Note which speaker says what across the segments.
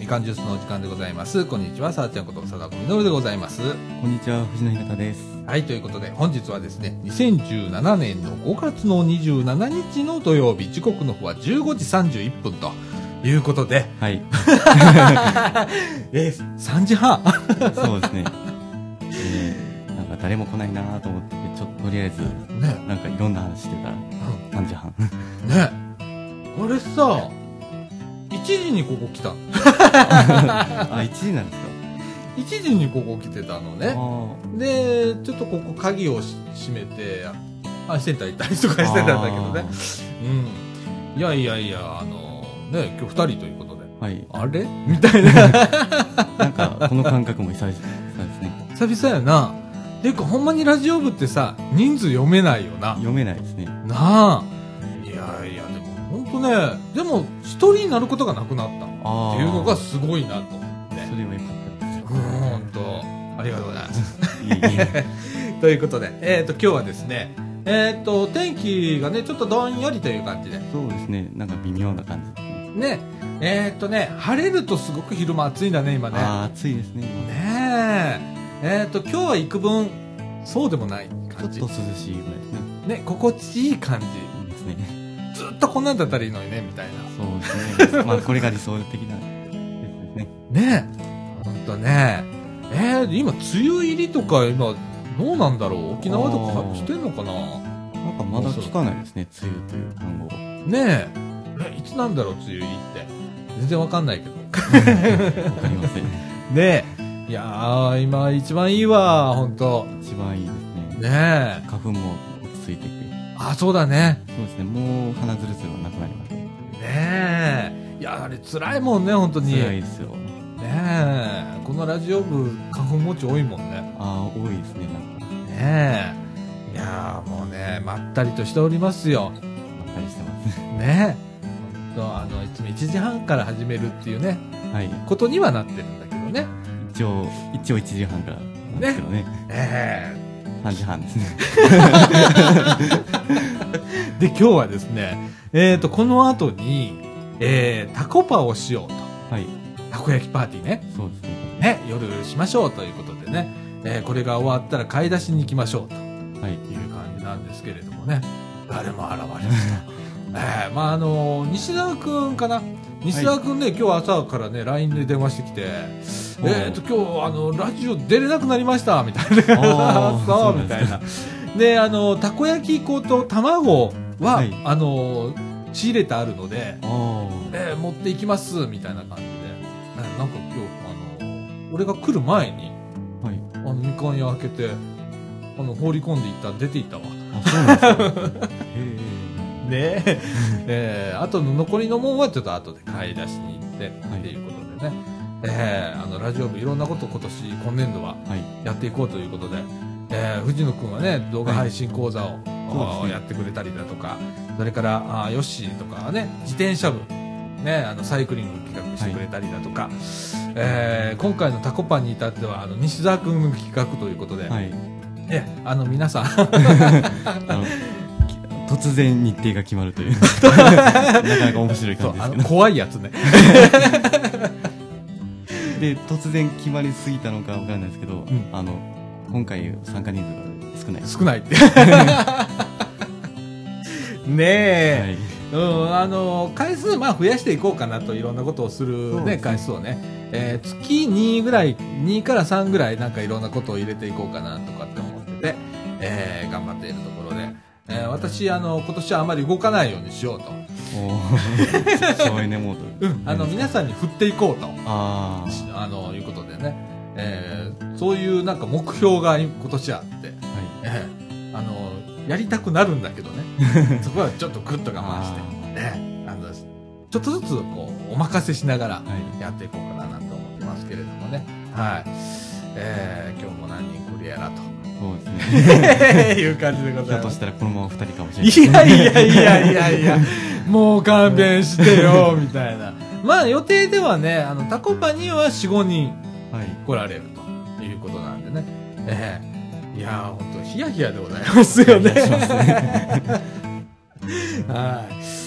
Speaker 1: みかんジュースのお時間でございます。こんにちは、さあちゃんこと貞子みのるでございます。
Speaker 2: こんにちは、藤野ひなたです。
Speaker 1: はい、ということで本日はですね、2017年の5月の27日の土曜日、時刻の方は15時31分ということで、
Speaker 2: はい。
Speaker 1: 3時半
Speaker 2: そうですね。なんか誰も来ないなと思って、ちょっととりあえず、
Speaker 1: ね、
Speaker 2: なんかいろんな話してたら、3時半。
Speaker 1: ね、俺さ、1時にここ来た
Speaker 2: あ、1時なんですか
Speaker 1: ？1時にここ来てたのね。で、ちょっとここ鍵を閉めて、センター行ったりとかしてたんだけどね。うん。いや、ね、今日2人ということで。
Speaker 2: はい。
Speaker 1: あれみたいな。
Speaker 2: なんか、この感覚も久々ですね。
Speaker 1: 久々やな。ていうか、ほんまにラジオ部ってさ、人数読めないよな。
Speaker 2: 読めないですね。
Speaker 1: なあ。いや、でも、ほんとね、でも、一人になることがなくなったっていうのがすごいなと思って。
Speaker 2: それはよかったです。
Speaker 1: ほんと、ありがとうございます。
Speaker 2: いい
Speaker 1: ということで、今日はですね、天気がね、ちょっとどんよりという感じで。
Speaker 2: そうですね。なんか微妙な感じです
Speaker 1: ね。晴れるとすごく昼間暑いんだね、今ね。
Speaker 2: 暑いですね、今。
Speaker 1: ね今日は幾分、そうでもない感じ。
Speaker 2: ちょっと涼しいぐらいですね。
Speaker 1: ね、心地いい感じ。
Speaker 2: いいですね。
Speaker 1: ずっとこんなんだったらいいのにね、みたいな。
Speaker 2: そうですね。まあ、これが理想的なやつですね。
Speaker 1: ねほんとね。今、梅雨入りとか、今、どうなんだろう、沖縄とかしてんのかな。
Speaker 2: なんかまだ聞かないですね、梅雨という単語。
Speaker 1: ねいつなんだろう、梅雨入りって。全然わかんないけど。
Speaker 2: わかりません。
Speaker 1: ねいやー、今一番いいわ、ほんと。
Speaker 2: 一番いいですね。
Speaker 1: ね
Speaker 2: 花粉も落ち着いてきて。
Speaker 1: あ、そうだね。
Speaker 2: そうですね、もう鼻ずるずるはなくなりますね。
Speaker 1: いや、あれ辛いもんね、ほんとに。
Speaker 2: 辛いですよ。
Speaker 1: このラジオ部、花粉持ち多いもんね。
Speaker 2: 多いですね、なんか。
Speaker 1: いやー、もうね、まったりとしておりますよ。
Speaker 2: まったりしてますね。
Speaker 1: ほんと、いつも1時半から始めるっていうね、
Speaker 2: はい。
Speaker 1: ことにはなってるんだけどね。
Speaker 2: 一応1時半からなんですけどね。3時半ですね。
Speaker 1: で、今日はですね、この後に、タコパをしようと。
Speaker 2: はい。
Speaker 1: たこ焼きパーティーね。
Speaker 2: そうですね。
Speaker 1: 夜しましょうということでね、これが終わったら買い出しに行きましょうという感じなんですけれどもね、誰も現れないと。西澤くんかな。西澤くんね、今日朝からね、LINE で電話してきて、今日、ラジオ出れなくなりました、みたいな。そう、みたいな。で、たこ焼き粉と卵は、仕入れてあるので、持っていきます、みたいな感じで。なんか今日、俺が来る前に、みかん屋開けて、放り込んでいったら出ていったわ。
Speaker 2: そうなんですか。
Speaker 1: あとの残りのもんはちょっと後で買い出しに行って、っていうことでね。ラジオ部いろんなこと今年度はやっていこうということで、藤野くんはね、動画配信講座を、やってくれたりだとか、それから、ヨッシーとかはね、自転車部、ね、サイクリング企画してくれたりだとか、今回のタコパンに至っては、西澤くんの企画ということで、皆さん、
Speaker 2: 突然日程が決まるという。なかなか面白い感じですけど。
Speaker 1: 怖いやつね。
Speaker 2: で、突然決まりすぎたのかわからないですけど、今回参加人数が
Speaker 1: 少ないって。ね回数、増やしていこうかなと、いろんなことをするね、回数をね。月2ぐらい、2から3ぐらいなんかいろんなことを入れていこうかなとかって思ってて、頑張っているところで、私、今年はあまり動かないようにしようと。
Speaker 2: 省エネモード。
Speaker 1: 皆さんに振っていこうと。いうことでね。そういうなんか目標が今年あって、やりたくなるんだけどね。そこはちょっとグッと我慢して、ちょっとずつこう、お任せしながらやっていこうかなと思ってますけれどもね。今日も何人来るやらと。
Speaker 2: そうですね。
Speaker 1: いう感じでございます。
Speaker 2: ひょっとしたらこのまま2人かもしれない。
Speaker 1: いや、もう勘弁してよ、みたいな。予定ではね、タコパには4、5人来られるということなんでね。いやー、ほんと、ヒヤヒヤでございますよね。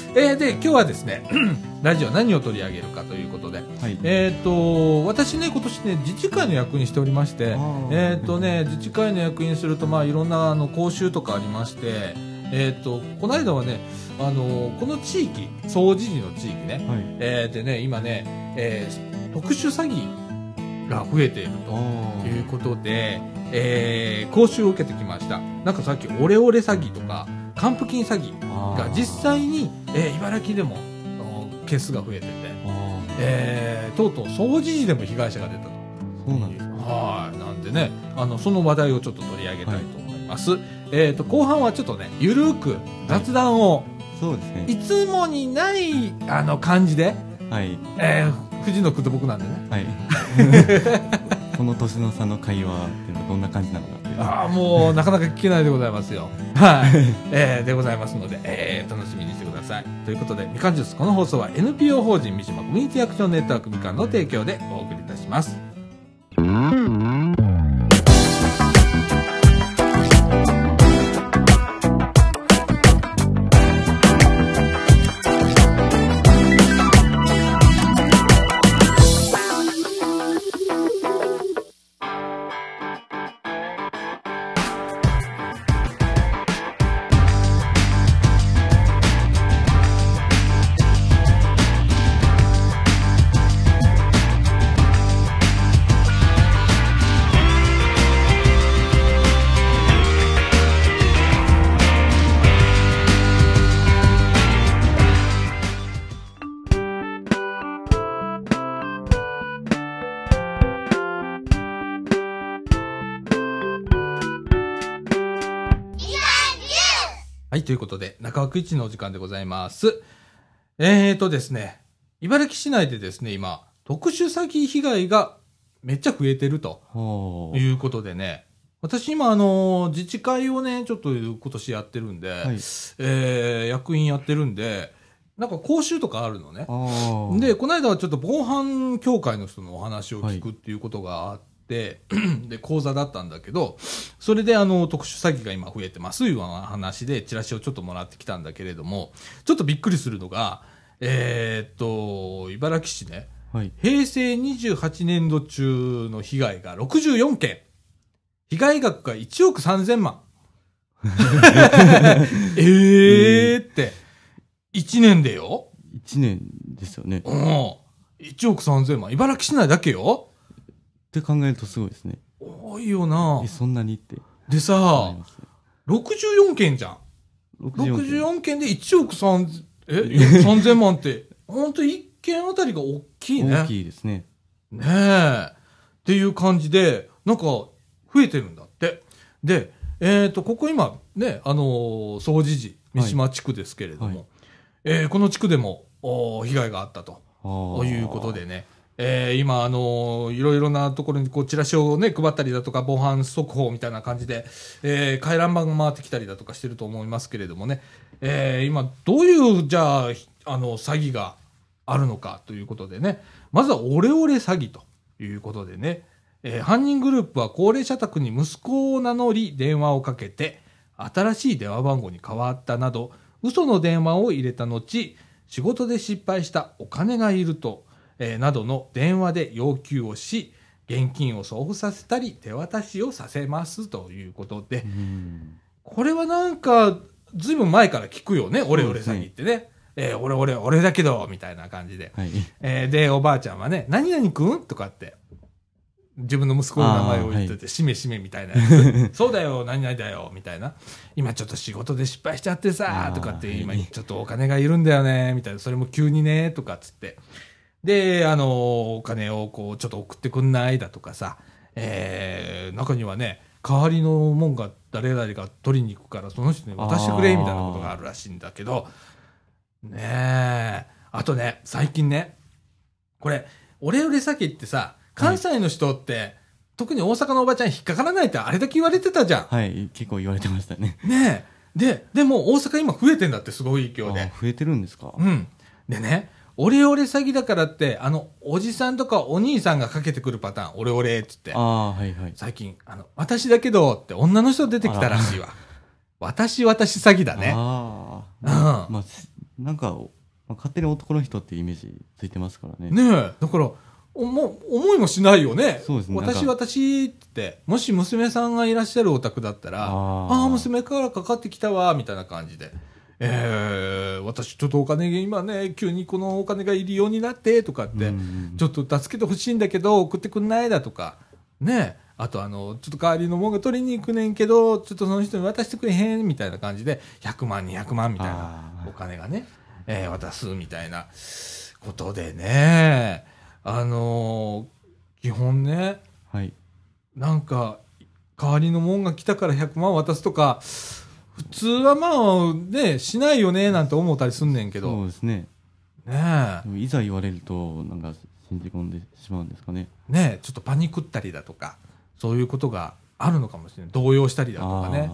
Speaker 1: で、今日はですね、ラジオ何を取り上げるかということで、はい、私ね、今年ね、自治会の役員しておりまして、自治会の役員すると、まあ、いろんな講習とかありまして、この間はね、この地域、総除寺の地域ね、はい、でね、今ね、特殊詐欺が増えているということで、講習を受けてきました。なんかさっきオレオレ詐欺とか還付金詐欺が実際に、茨城でもケースが増えてて、とうとう総除寺でも被害者が出たと。
Speaker 2: そうなんですか。
Speaker 1: はい。なんでね、その話題をちょっと取り上げたいと思います。はい、後半はちょっとね、ゆるく雑談を、はい、そうですね。いつもにない感じで、はい。藤野君と僕なんでね。はい。
Speaker 2: この年の差の会話っていうのはどんな感じなのかっていう。
Speaker 1: ああ、もうなかなか聞けないでございますよ。はい。でございますので、楽しみにしてください。ということで、みかんジュース、この放送は NPO 法人三島コミュニティアクションネットワークみかんの提供でお送りいたします。はい、ということで、中枠一のお時間でございます。ですね、茨城市内でですね、今、特殊詐欺被害がめっちゃ増えてるということでね、私今自治会をね、ちょっと今年やってるんで、はい、役員やってるんで、なんか講習とかあるのね。で、この間はちょっと防犯協会の人のお話を聞くっていうことがあって、で、講座だったんだけど、それで特殊詐欺が今増えてますいう話でチラシをちょっともらってきたんだけれども、ちょっとびっくりするのが、茨城市ね、はい、平成28年度中の被害が64件。被害額が1億3000万。って、1年でよ。
Speaker 2: 1年ですよね。
Speaker 1: うん。1億3000万。茨城市内だけよ。
Speaker 2: って考えるとすごいですね。
Speaker 1: 多いよな。
Speaker 2: そんなにって。
Speaker 1: でさ、64件じゃん。64件で1億3000万って、ほんと1件あたりが大きいね。
Speaker 2: 大きいですね。
Speaker 1: ねえ。っていう感じで、なんか増えてるんだって。で、ここ今ね、総除寺、三島地区ですけれども、はい、この地区でも被害があったということでね、今いろいろなところにこうチラシをね配ったりだとか防犯速報みたいな感じで、回覧板が回ってきたりだとかしてると思いますけれどもね、今どういうじゃあ詐欺があるのかということでね、まずはオレオレ詐欺ということでね、犯人グループは高齢者宅に息子を名乗り電話をかけて新しい電話番号に変わったなど嘘の電話を入れた後、仕事で失敗したお金がいるとなどの電話で要求をし、現金を送付させたり手渡しをさせますということで、これはなんかずいぶん前から聞くよね、オレオレ詐欺ってね。俺だけどみたいな感じで、はい、でおばあちゃんはね、何々くんとかって自分の息子の名前を言ってて、しめしめみたいなやつそうだよ何々だよみたいな、今ちょっと仕事で失敗しちゃってさとかって、今ちょっとお金がいるんだよねみたいな、それも急にねとかっつって、でお金をこうちょっと送ってくんないだとかさ、中にはね、代わりのもんが誰々が取りに行くからその人に渡してくれみたいなことがあるらしいんだけどね。あとね、最近ね、これオレオレ詐欺ってさ、関西の人って、はい、特に大阪のおばちゃん引っかからないってあれだけ言われてたじゃん。
Speaker 2: はい、結構言われてましたね。
Speaker 1: ねえ。でも大阪今増えてんだって、すごい勢いで。
Speaker 2: 増えてるんですか？
Speaker 1: うん。でね、オレオレ詐欺だからって、おじさんとかお兄さんがかけてくるパターン、オレオレっつって。
Speaker 2: はいはい。
Speaker 1: 最近、私だけどって女の人出てきたらしいわ。私詐欺だね。
Speaker 2: まあ、 なんか、勝手に男の人っていうイメージついてますからね。
Speaker 1: ねえ、だから、思いもしないよね。
Speaker 2: そうですね。
Speaker 1: 私って、もし娘さんがいらっしゃるお宅だったら、ああ、娘からかかってきたわ、みたいな感じで。私ちょっとお金今ね、急にこのお金がいるようになって、とかって、ちょっと助けてほしいんだけど、送ってくんないだとか、ねえ。あとちょっと代わりのもんが取りに行くねんけど、ちょっとその人に渡してくれへん、みたいな感じで、100万、200万みたいなお金がね、渡すみたいなことでね、基本ね、
Speaker 2: はい、
Speaker 1: なんか、代わりのもんが来たから100万渡すとか、普通はまあね、しないよね、なんて思ったりすんねんけど。
Speaker 2: そうですね。
Speaker 1: ねえ。
Speaker 2: いざ言われると、なんか信じ込んでしまうんですかね。
Speaker 1: ねえ、ちょっとパニクったりだとか、そういうことがあるのかもしれない。動揺したりだとかね。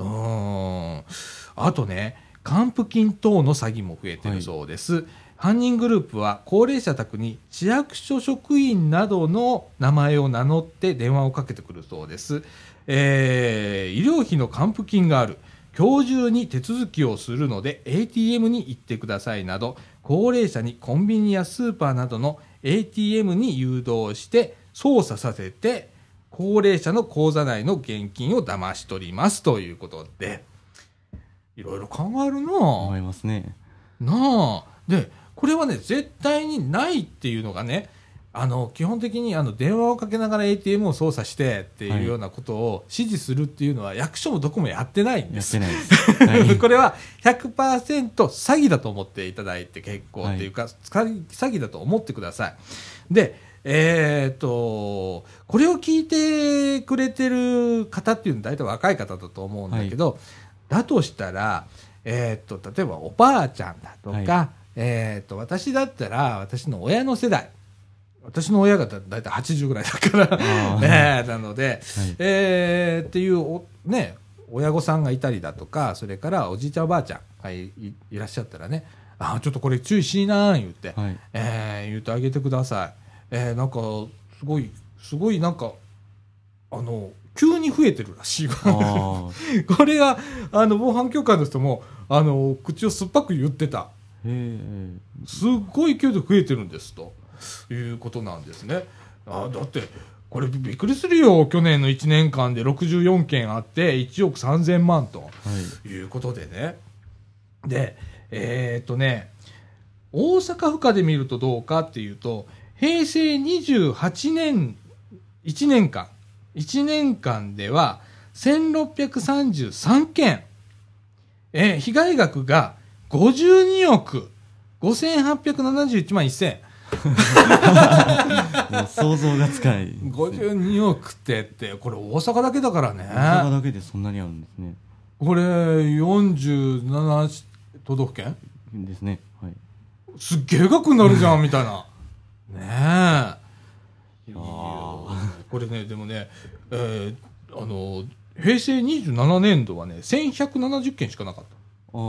Speaker 1: あとね、還付金等の詐欺も増えてるそうです。はい、犯人グループは高齢者宅に市役所職員などの名前を名乗って電話をかけてくるそうです。医療費の還付金がある。今日中に手続きをするので ATM に行ってくださいなど、高齢者にコンビニやスーパーなどの ATM に誘導して操作させて、高齢者の口座内の現金を騙し取りますということで、いろいろ考えるなぁ。
Speaker 2: 思いますね。
Speaker 1: なあ。で、これはね、絶対にないっていうのがね、基本的に電話をかけながら ATM を操作してっていうようなことを指示するっていうのは、役所もどこもやってないんです。
Speaker 2: やってないです。はい、
Speaker 1: これは 100% 詐欺だと思っていただいて結構っていうか、詐欺だと思ってください。で、これを聞いてくれてる方っていうのは大体若い方だと思うんだけど、だとしたら、例えばおばあちゃんだとか、私だったら私の親の世代、私の親がだいたい80ぐらいだからね、なので、っていうね、親御さんがいたりだとか、それからおじいちゃんおばあちゃんが いらっしゃったらね、ちょっとこれ注意しなー言って、言ってあげてください。なんかすごいなんか急に増えてるらしいわ。これが防犯協会の人も口を酸っぱく言ってた。すっごい勢いで増えてるんですということなんですね。だってこれびっくりするよ。去年の1年間で64件あって1億3000万ということでね。で大阪府下で見るとどうかっていうと、平成28年1年間では1633件、被害額が52億5871万1000。
Speaker 2: 想像がつかない、ね。
Speaker 1: 52億ってこれ大阪だけだからね。
Speaker 2: 大阪だけでそんなにあるんですね。
Speaker 1: これ47都道府県
Speaker 2: ですね。はい。す
Speaker 1: っげえ額になるじゃんみたいな。ねえ。これね、でもね、平成27年度はね、1170件しかなかった。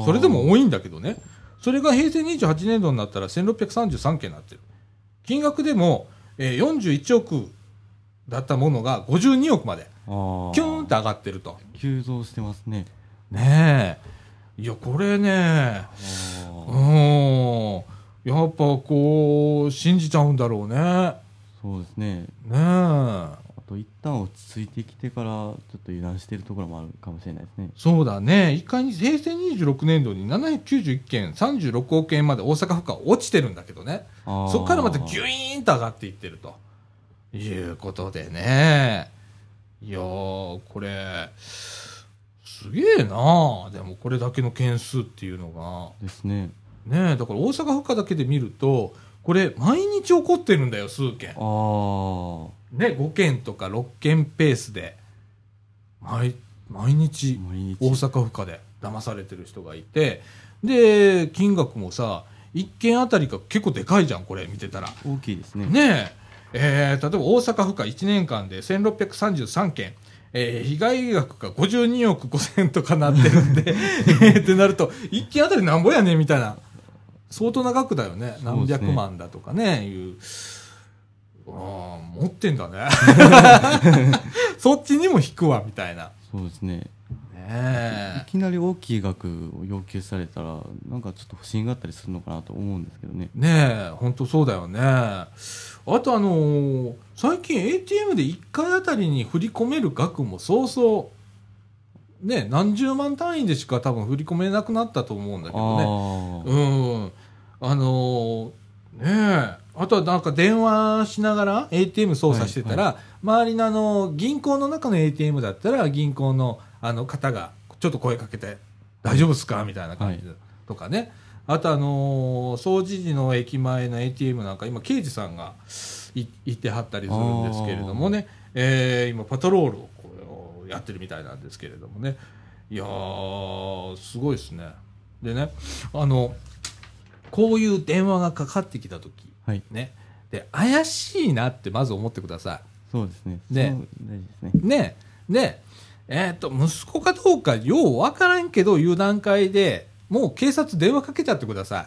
Speaker 1: それでも多いんだけどね。それが平成28年度になったら1633件になってる。金額でも、41億だったものが52億まで、キューンって上がってると。
Speaker 2: 急増してますね。
Speaker 1: ねえ。いや、これね、やっぱこう、信じちゃうんだろうね。
Speaker 2: そうですね。
Speaker 1: ねえ。あ
Speaker 2: と一旦落ち着いてきてからちょっと油断しているところもあるかもしれないですね。
Speaker 1: そうだね。一回に平成26年度に791件36億円まで大阪府下落ちてるんだけどね。そこからまたギュイーンと上がっていってるということでね。いやー、これすげえな。でもこれだけの件数っていうのが
Speaker 2: ですね。
Speaker 1: ねえ、だから大阪府下だけで見るとこれ毎日起こってるんだよ、数件。ね、5件とか6件ペースで毎日大阪府下で騙されてる人がいて、で金額もさ1件あたりが結構でかいじゃん。これ見てたら
Speaker 2: 大きいですね。
Speaker 1: ねえ、例えば大阪府下1年間で1633件、被害額が52億5000とかなってるんでってなると1件あたりなんぼやねんみたいな相当な額だよね。何百万だとかねいう。持ってんだねそっちにも引くわみたいな。
Speaker 2: そうですね。
Speaker 1: ね
Speaker 2: いきなり大きい額を要求されたらなんかちょっと不審があったりするのかなと思うんですけどね。
Speaker 1: ねえ、本当そうだよね。あと最近 ATM で1回あたりに振り込める額もそうそうね、何十万単位でしか多分振り込めなくなったと思うんだけどね。ねえ、あとはなんか電話しながら ATM 操作してたら、周りの銀行の中の ATM だったら銀行の方がちょっと声かけて大丈夫ですかみたいな感じで、とかね。あと総除寺の駅前の ATM なんか今刑事さんがいてはったりするんですけれどもね、今パトロールをこうやってるみたいなんですけれどもね。いやーすごいですね。でね、こういう電話がかかってきた時、ね、で怪しいなってまず思ってください。
Speaker 2: そうですね。
Speaker 1: ね、
Speaker 2: そう大事ですね。
Speaker 1: で息子かどうかようわからんけどいう段階でもう警察電話かけちゃってくださ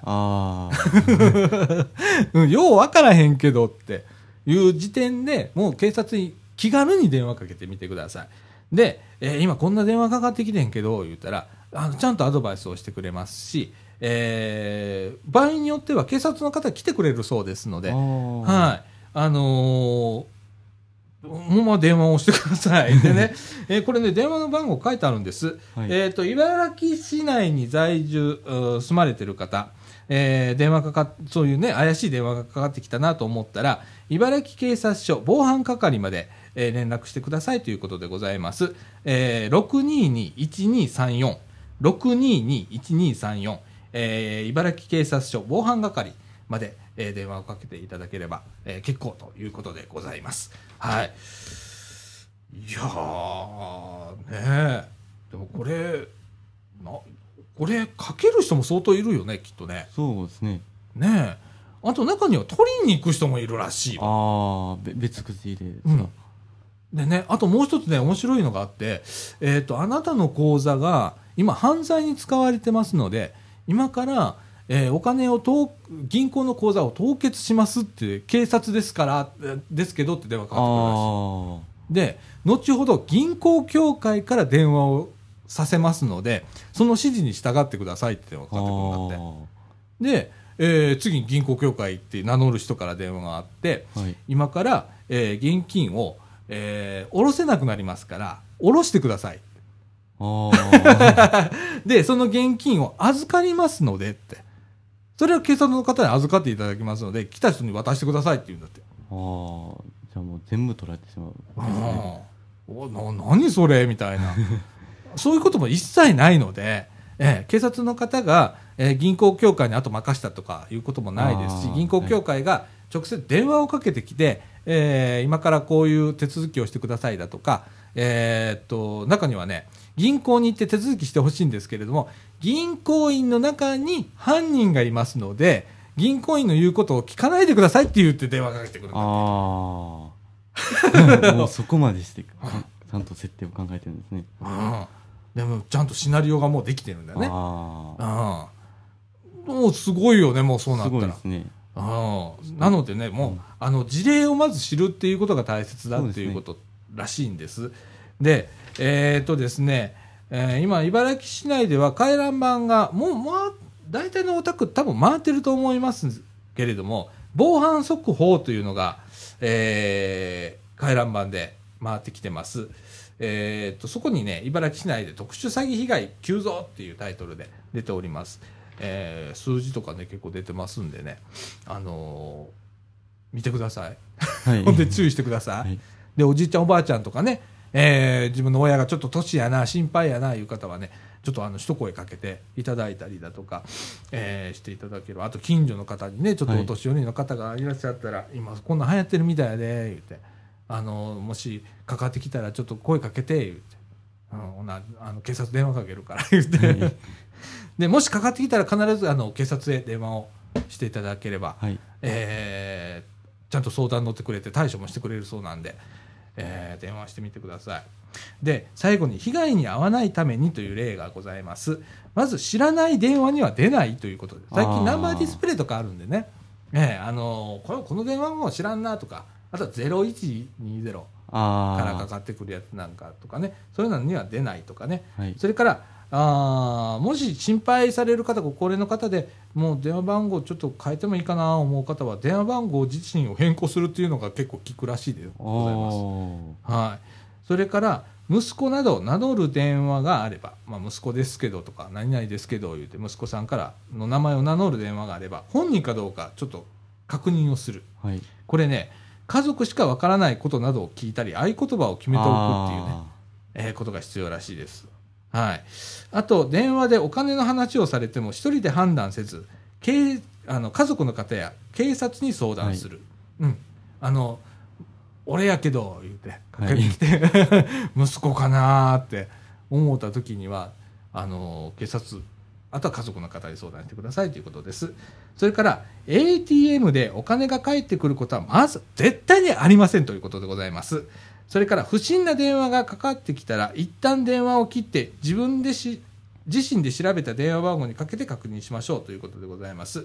Speaker 1: い。ようわからへんけどっていう時点でもう警察に気軽に電話かけてみてください。で、今こんな電話かかってきてんけど言ったらちゃんとアドバイスをしてくれますし、場合によっては警察の方来てくれるそうですので、はい、もう電話をしてください。でね、これね、電話の番号書いてあるんです。茨城市内に在住、住まれてる方、そういうね、怪しい電話がかかってきたなと思ったら、茨城警察署防犯係まで、連絡してくださいということでございます。622-1234、622-1234、茨城警察署防犯係まで、電話をかけていただければ、結構ということでございます。はい。いやー、ねえ。でもこれかける人も相当いるよね、きっとね。
Speaker 2: そうですね。
Speaker 1: ねえ。あと中には取りに行く人もいるらしいわ。
Speaker 2: 別口で。
Speaker 1: でね、あともう一つね、面白いのがあって、あなたの口座が今犯罪に使われてますので、今から、お金を銀行の口座を凍結しますって警察ですからですけどって電話かかってくるらしい。で後ほど銀行協会から電話をさせますのでその指示に従ってくださいって電話かかってくるんだってで、次に銀行協会って名乗る人から電話があって、今から、現金を、下ろせなくなりますから下ろしてくださいでその現金を預かりますのでってそれを警察の方に預かっていただきますので来た人に渡してくださいって言うんだって。
Speaker 2: じゃあもう全部取られてしまう、
Speaker 1: 何それみたいなそういうことも一切ないので、警察の方が、銀行協会にあと任したとかいうこともないですし銀行協会が直接電話をかけてきて、今からこういう手続きをしてくださいだとか、中にはね銀行に行って手続きしてほしいんですけれども銀行員の中に犯人がいますので銀行員の言うことを聞かないでくださいって言って電話かけてくるんだ
Speaker 2: もうそこまでしてちゃんと設定を考えてるんですね。
Speaker 1: でもちゃんとシナリオがもうできてるんだよね。もうすごいよねもうそうなったら。すごいですね。なのでねもう、事例をまず知るっていうことが大切だっていうことらしいんです。でですね、今茨城市内では回覧板がもう大体のお宅多分回ってると思いますけれども防犯速報というのが、回覧板で回ってきてます。そこにね茨城市内で特殊詐欺被害急増っていうタイトルで出ております。数字とかね結構出てますんでね、見てください。ほんで注意してください。でおじいちゃんおばあちゃんとかね、自分の親がちょっと年やな心配やないう方はねちょっと一声かけていただいたりだとか、していただける。あと近所の方にねちょっとお年寄りの方がいらっしゃったら、今こんなん流行ってるみたいやで言ってもしかかってきたらちょっと声かけて言って、警察電話かけるから言ってでもしかかってきたら必ず警察へ電話をしていただければ、ちゃんと相談乗ってくれて対処もしてくれるそうなんで、電話してみてください。で最後に被害に遭わないためにという例がございます。まず知らない電話には出ないということで最近ナンバーディスプレイとかあるんでね、この電話も知らんなとかあとは0120 からかかってくるやつなんかとかね、そういうのには出ないとかね、
Speaker 2: はい、
Speaker 1: それからもし心配される方、ご高齢の方でもう電話番号ちょっと変えてもいいかなと思う方は、電話番号自身を変更するっていうのが結構効くらしいでございます。はい、それから息子など名乗る電話があれば、息子ですけどとか何々ですけど言うて息子さんからの名前を名乗る電話があれば、本人かどうかちょっと確認をする、はい、これね、家族しかわからないことなどを聞いたり合言葉を決めておくっていうね、ことが必要らしいです。はい、あと電話でお金の話をされても一人で判断せず、家族の方や警察に相談する、俺やけど言うてかけてきて、はい、息子かなって思った時には警察、あとは家族の方に相談してくださいということです。それから ATM でお金が返ってくることはまず絶対にありませんということでございます。それから不審な電話がかかってきたら一旦電話を切って自身で調べた電話番号にかけて確認しましょうということでございます。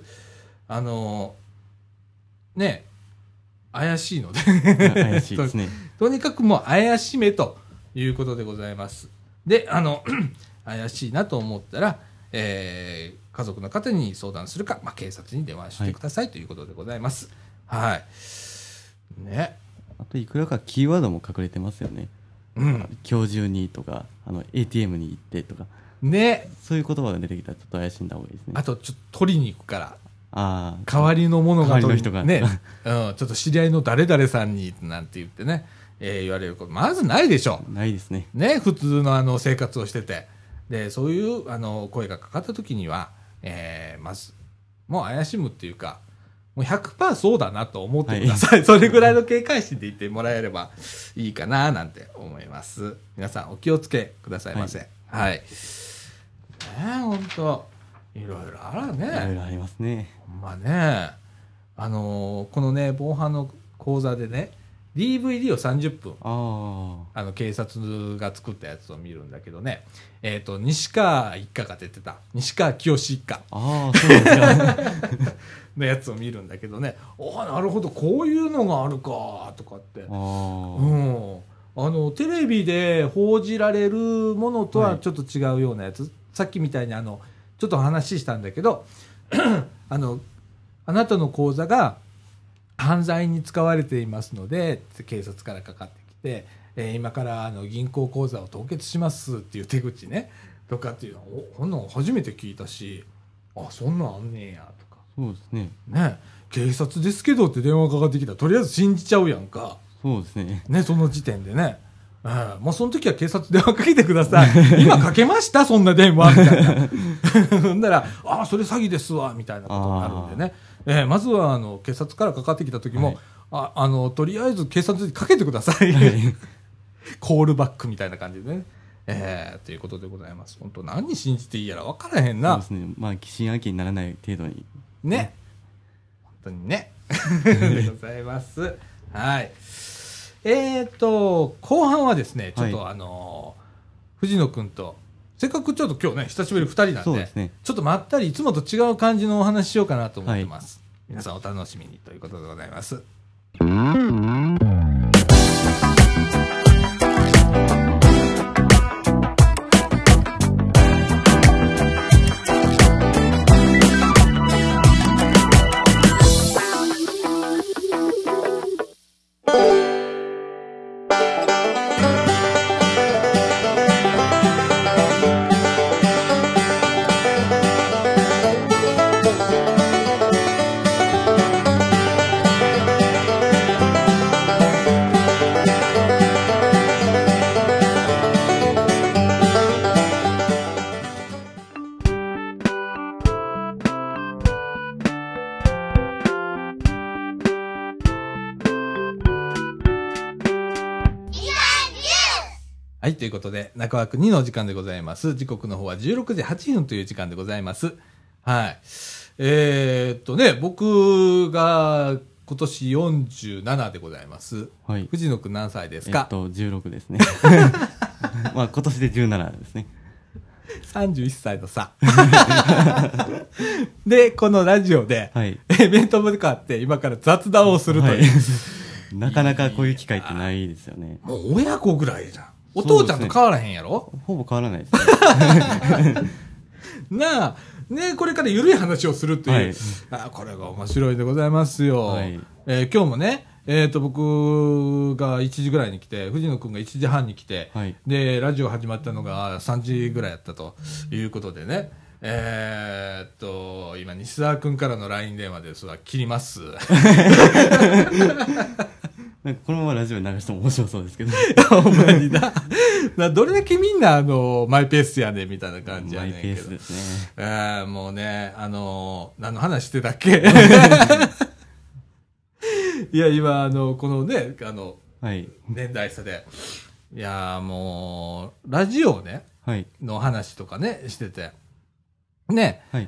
Speaker 1: ね、怪しいので
Speaker 2: 怪しいですね
Speaker 1: とにかくもう怪しめということでございます。で怪しいなと思ったら、家族の方に相談するか、警察に電話してくださいということでございます。はい、ね、
Speaker 2: あといくらかキーワードも隠れてますよね。今日中にとかATM に行ってとか
Speaker 1: ね、
Speaker 2: そういう言葉が出てきたらちょっと怪しんだ方がいいですね。
Speaker 1: あとちょっと取りに行くから代
Speaker 2: わ
Speaker 1: りのものが
Speaker 2: 取りに
Speaker 1: ね、ちょっと知り合いの誰々さんになんて言ってね、言われることまずないでしょ。
Speaker 2: ないですね。
Speaker 1: ね、普通の生活をしてて、でそういう声がかかった時には、まずもう怪しむっていうか、もう 100% そうだなと思ってください、はい、それぐらいの警戒心で言ってもらえればいいかななんて思います。皆さんお気をつけくださいませ。はい、本当いろいろあるね。い
Speaker 2: ろいろありますね。
Speaker 1: ね、このね防犯の講座でね DVD を30分警察が作ったやつを見るんだけどね、西川一家が出てた西川きよし一家
Speaker 2: そうですか
Speaker 1: のやつを見るんだけどね、なるほどこういうのがあるかとかって、テレビで報じられるものとはちょっと違うようなやつ、さっきみたいにちょっと話したんだけどあなたの口座が犯罪に使われていますので警察からかかってきて、今から銀行口座を凍結しますっていう手口ねとかっていうのこんなの初めて聞いたし、そんなんあんねんやとか。
Speaker 2: そうですね。
Speaker 1: 警察ですけどって電話かかってきたらとりあえず信じちゃうやんか。
Speaker 2: そうですね。
Speaker 1: その時点でね、その時は警察電話かけてください今かけましたそんな電話みたいなそんならそれ詐欺ですわみたいなことになるんでね、まずは警察からかかってきた時も、とりあえず警察にかけてくださいコールバックみたいな感じでね、ということでございます。本当何信じていいやら分からへんな。
Speaker 2: そうですね。疑心暗鬼にならない程度に
Speaker 1: ね、本当にねでございます。はい、後半はですねちょっと藤野君とせっかくちょっと今日ね久しぶり2人なん
Speaker 2: そうですね、
Speaker 1: ちょっとまったりいつもと違う感じのお話ししようかなと思ってます。皆さんお楽しみにということでございます。はい、ということで中枠2の時間でございます。時刻の方は16時8分という時間でございます。はい。僕が今年47でございます。はい。藤野くん何歳ですか
Speaker 2: ？16ですね。今年で17ですね。
Speaker 1: 31歳の差。で、このラジオで、はい、面と向かって今から雑談をするという、はい、
Speaker 2: なかなかこういう機会ってないですよね。
Speaker 1: もう親子ぐらいじゃん。お父ちゃんと変わらへんやろ、
Speaker 2: ほぼ変わらないですね。
Speaker 1: なあ、ね、これから緩い話をするという。はい、これが面白いでございますよ。はい、今日もね、僕が1時ぐらいに来て、藤野くんが1時半に来て、はい、で、ラジオ始まったのが3時ぐらいやったということでね、今、西澤くんからの LINE 電話ですわ、切ります。
Speaker 2: なんかこのままラジオに流しても面白そうですけど。
Speaker 1: ほんまにな。どれだけみんなマイペースやねみたいな感じやねんけど。マイペースですね。もうね、何の話してたっけいや、今、このね、はい、年代差で。いや、もう、ラジオね、はい、の話とかね、してて。ね、はい、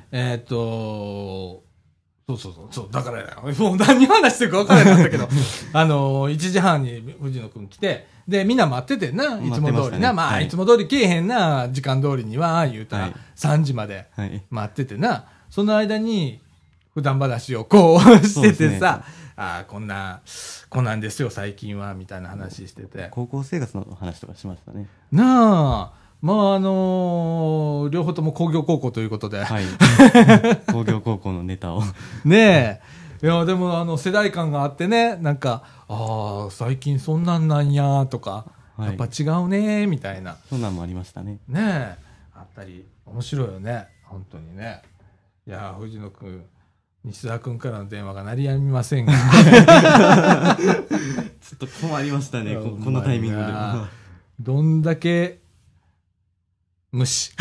Speaker 1: そう、だから、もう何話してるか分からなかったけど、1時半に藤野くん来て、で、みんな待っててんな、いつも通りな、まあ、はい、いつも通り来えへんな、時間通りには、言うたら、3時まで待っててな、その間に、普段話をこうしててさ、こんなんですよ、最近は、みたいな話してて。
Speaker 2: 高校生活の話とかしましたね。
Speaker 1: なあ、まあ両方とも工業高校ということで。はい。
Speaker 2: 工業高校のネタを。
Speaker 1: ねえ。いや、でも世代感があってね、なんか、最近そんなんなんや、とか、はい、やっぱ違うね、みたいな。
Speaker 2: そんなんもありましたね。
Speaker 1: ねえ。あったり、面白いよね、本当にね。いや、藤野くん、西澤くんからの電話が鳴りやみませんが。ち
Speaker 2: ょっと困りましたね、このタイミングで。
Speaker 1: どんだけ、無視。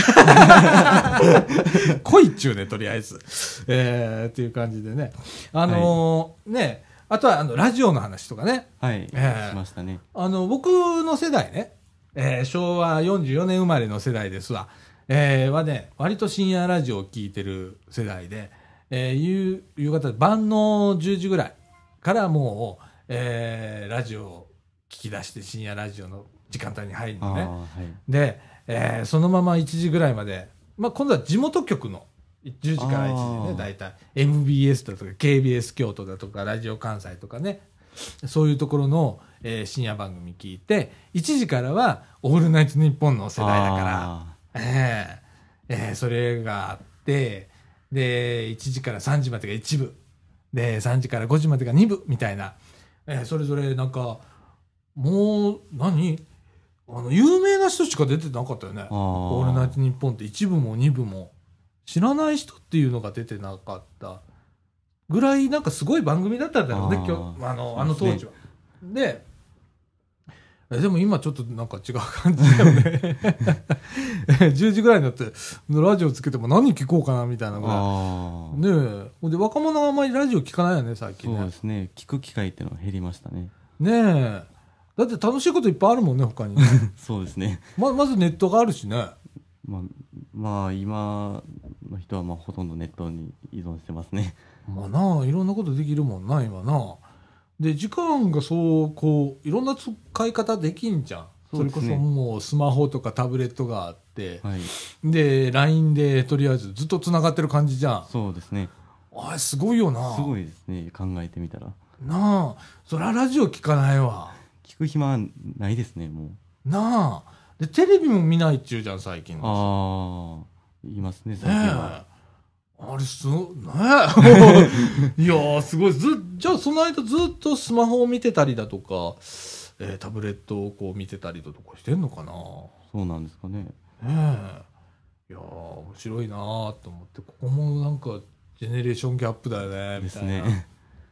Speaker 1: 来いっちゅうね、とりあえず。っていう感じでね。ね、あとはラジオの話とかね。
Speaker 2: はい。しましたね。
Speaker 1: 僕の世代ね、昭和44年生まれの世代ですわ。はね、割と深夜ラジオを聞いてる世代で、夕方、晩の10時ぐらいからもう、ラジオを聞き出して深夜ラジオの時間帯に入るのね。はい、で、そのまま1時ぐらいまで、まあ、今度は地元局の10時から1時ね、大体 MBS だとか KBS 京都だとかラジオ関西とかね、そういうところの、深夜番組聞いて、1時からはオールナイトニッポンの世代だから、それがあって、で、1時から3時までが1部、で、3時から5時までが2部みたいな、それぞれなんか、もう、有名な人しか出てなかったよね。オールナイトニッポンって1部も2部も知らない人っていうのが出てなかったぐらいなんかすごい番組だったんだろうね、今日、あの当時は。で、でも今ちょっとなんか違う感じだよね。10時ぐらいになってラジオつけても何聞こうかなみたいなぐらい。ねえ。で、若者があんまりラジオ聞かないよね、最近ね。
Speaker 2: そうですね。聞く機会っていうのは減りましたね。
Speaker 1: ねえ。だって楽しいこといっぱいあるもんね、他に、ね。
Speaker 2: そうですね。
Speaker 1: まずネットがあるしね。
Speaker 2: まあ今の人はほとんどネットに依存してますね。
Speaker 1: まあなあ、いろんなことできるもんな、今な。で、時間がいろんな使い方できんじゃん。それこそもうスマホとかタブレットがあって、はい、で、LINE でとりあえずずっと繋がってる感じじゃん。
Speaker 2: そうですね。
Speaker 1: あれすごいよな。
Speaker 2: すごいですね、考えてみたら。
Speaker 1: なあ、そりゃラジオ聞かないわ。
Speaker 2: 聞く暇ないですね、も
Speaker 1: う。なあ。で、テレビも見ないっちゅうじゃん、最近
Speaker 2: の。言いますね、最近は。
Speaker 1: あれいやー、すごい。じゃあ、その間ずっとスマホを見てたりだとか、タブレットをこう見てたりだとかしてんのかな。
Speaker 2: そうなんですかね。
Speaker 1: いやー、面白いなーと思って、ここもなんか、ジェネレーションギャップだよね、みたいな。です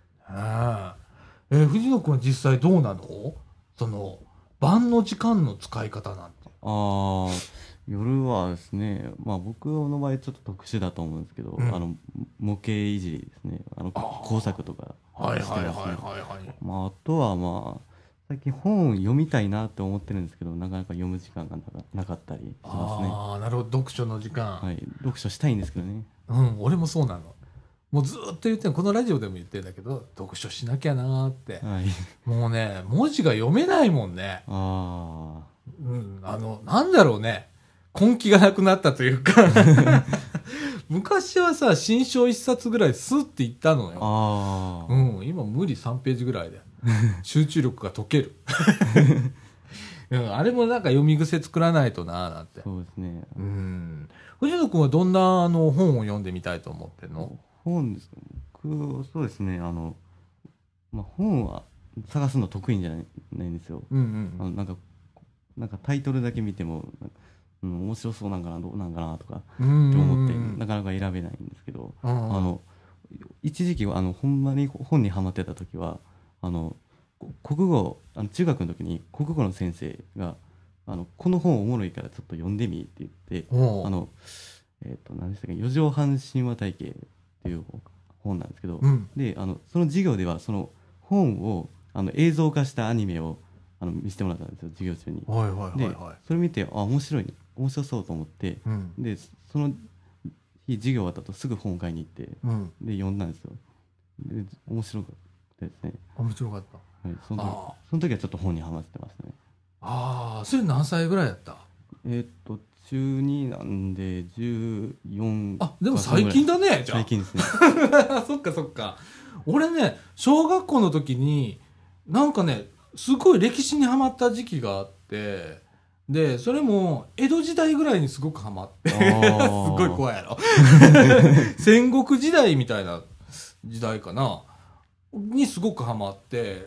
Speaker 1: ね。藤野くんは実際どうなの？晩の時間の使い方なんて。
Speaker 2: 夜はですね、僕の場合ちょっと特殊だと思うんですけど、模型いじりですね。工作とかしてますね。あとは最近本を読みたいなって思ってるんですけど、なかなか読む時間がなかったりしますね。
Speaker 1: なるほど、読書の時間。
Speaker 2: はい、読書したいんですけどね。
Speaker 1: 俺もそうなの。もうずっと言ってる、このラジオでも言ってるんだけど、読書しなきゃなーって。はい、もうね、文字が読めないもんね。なんだろうね。根気がなくなったというか。昔はさ、新書一冊ぐらいスッていったのよ。今無理3ページぐらいで。 集中力が解ける。あれもなんか読み癖作らないとなーなんて。
Speaker 2: そうですね。
Speaker 1: 藤野君はどんな本を読んでみたいと思ってんの？
Speaker 2: 本ですか？僕、そうですね。本は探すの得意じゃないんですよ。なんかタイトルだけ見ても、面白そうなんかな、どうなんかなとかって思って、なかなか選べないんですけど、一時期ほんまに本にハマってた時は、国語、中学の時に国語の先生が、この本おもろいからちょっと読んでみって言って、何でしたっけ、四畳半神話体系っていう本なんですけど、で、その授業ではその本を映像化したアニメを見せてもらったんですよ、授業中に。で、それ見て、面白そうと思って、で、その日授業終わった後すぐ本を買いに行って、で、読んだんですよ。で、面白かったですね。
Speaker 1: 面白かった。
Speaker 2: はい、その時はちょっと本にハマってましたね。
Speaker 1: それ何歳ぐらいやった？
Speaker 2: 中2なんで14。
Speaker 1: でも最近だね、じゃあ。
Speaker 2: 最近ですね。
Speaker 1: そっかそっか。俺ね、小学校の時に、なんかね、すごい歴史にハマった時期があって、で、それも江戸時代ぐらいにすごくハマって、すごい怖いやろ。戦国時代みたいな時代かな。にすごくハマって、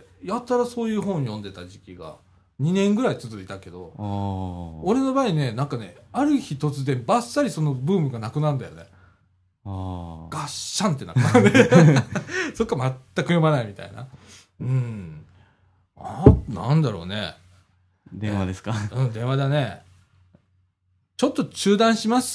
Speaker 1: やったらそういう本読んでた時期が2年ぐらい続いたけど、俺の場合ね、なんかね、ある日突然バッサリそのブームがなくなるんだよね。ガッシャンってなったね。そっか、全く読まないみたいな。なんだろうね。
Speaker 2: 電話ですか？
Speaker 1: 電話だね。ちょっと中断します。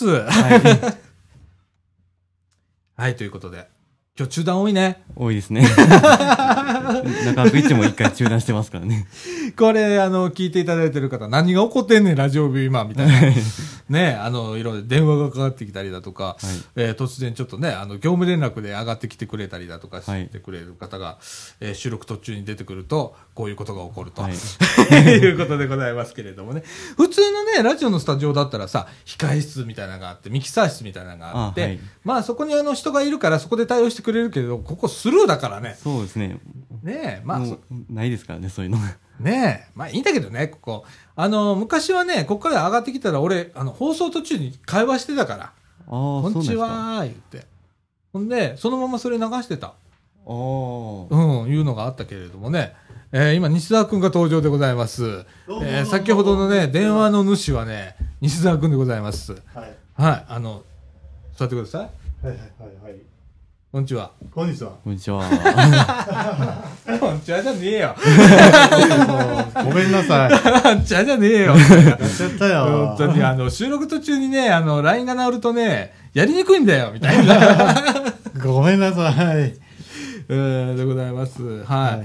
Speaker 1: はい、ということで。今日中断多いね。
Speaker 2: 多いですね。中くいちも一回中断してますからね。
Speaker 1: これ、聞いていただいてる方、何が起こってんねん、ラジオビーマンみたいな。ね、いろいろ電話がかかってきたりだとか、突然ちょっとね、業務連絡で上がってきてくれたりだとかしてくれる方が、収録途中に出てくると、こういうことが起こると、いうことでございますけれどもね。普通のね、ラジオのスタジオだったらさ、控室みたいなのがあって、ミキサー室みたいなのがあって、まあそこに人がいるからそこで対応してくれるけど、ここスルーだからね。
Speaker 2: そうですね。
Speaker 1: ねえ、まあ。
Speaker 2: ないですからね、そういうのが。
Speaker 1: ねえ、まあいいんだけどね、ここ。昔はね、ここから上がってきたら俺、放送途中に会話してたから。こんにちはー、言って。ほんで、そのままそれ流してた。いうのがあったけれどもね。今、西澤くんが登場でございます。先ほどのね、電話の主はね、西澤くんでございます。はい。座ってください。
Speaker 3: はいはいはいはい。
Speaker 1: こんにちは。
Speaker 3: こんにちは。
Speaker 2: こんにちは。
Speaker 1: こんにちはじゃねえよ。
Speaker 3: ごめんなさ
Speaker 1: い。こんにちはじゃねえよ。
Speaker 3: やっちゃったよ。
Speaker 1: 本当に収録途中にね、LINE が鳴るとね、やりにくいんだよ、みたいな。
Speaker 3: ごめんなさい。
Speaker 1: でございます。はい。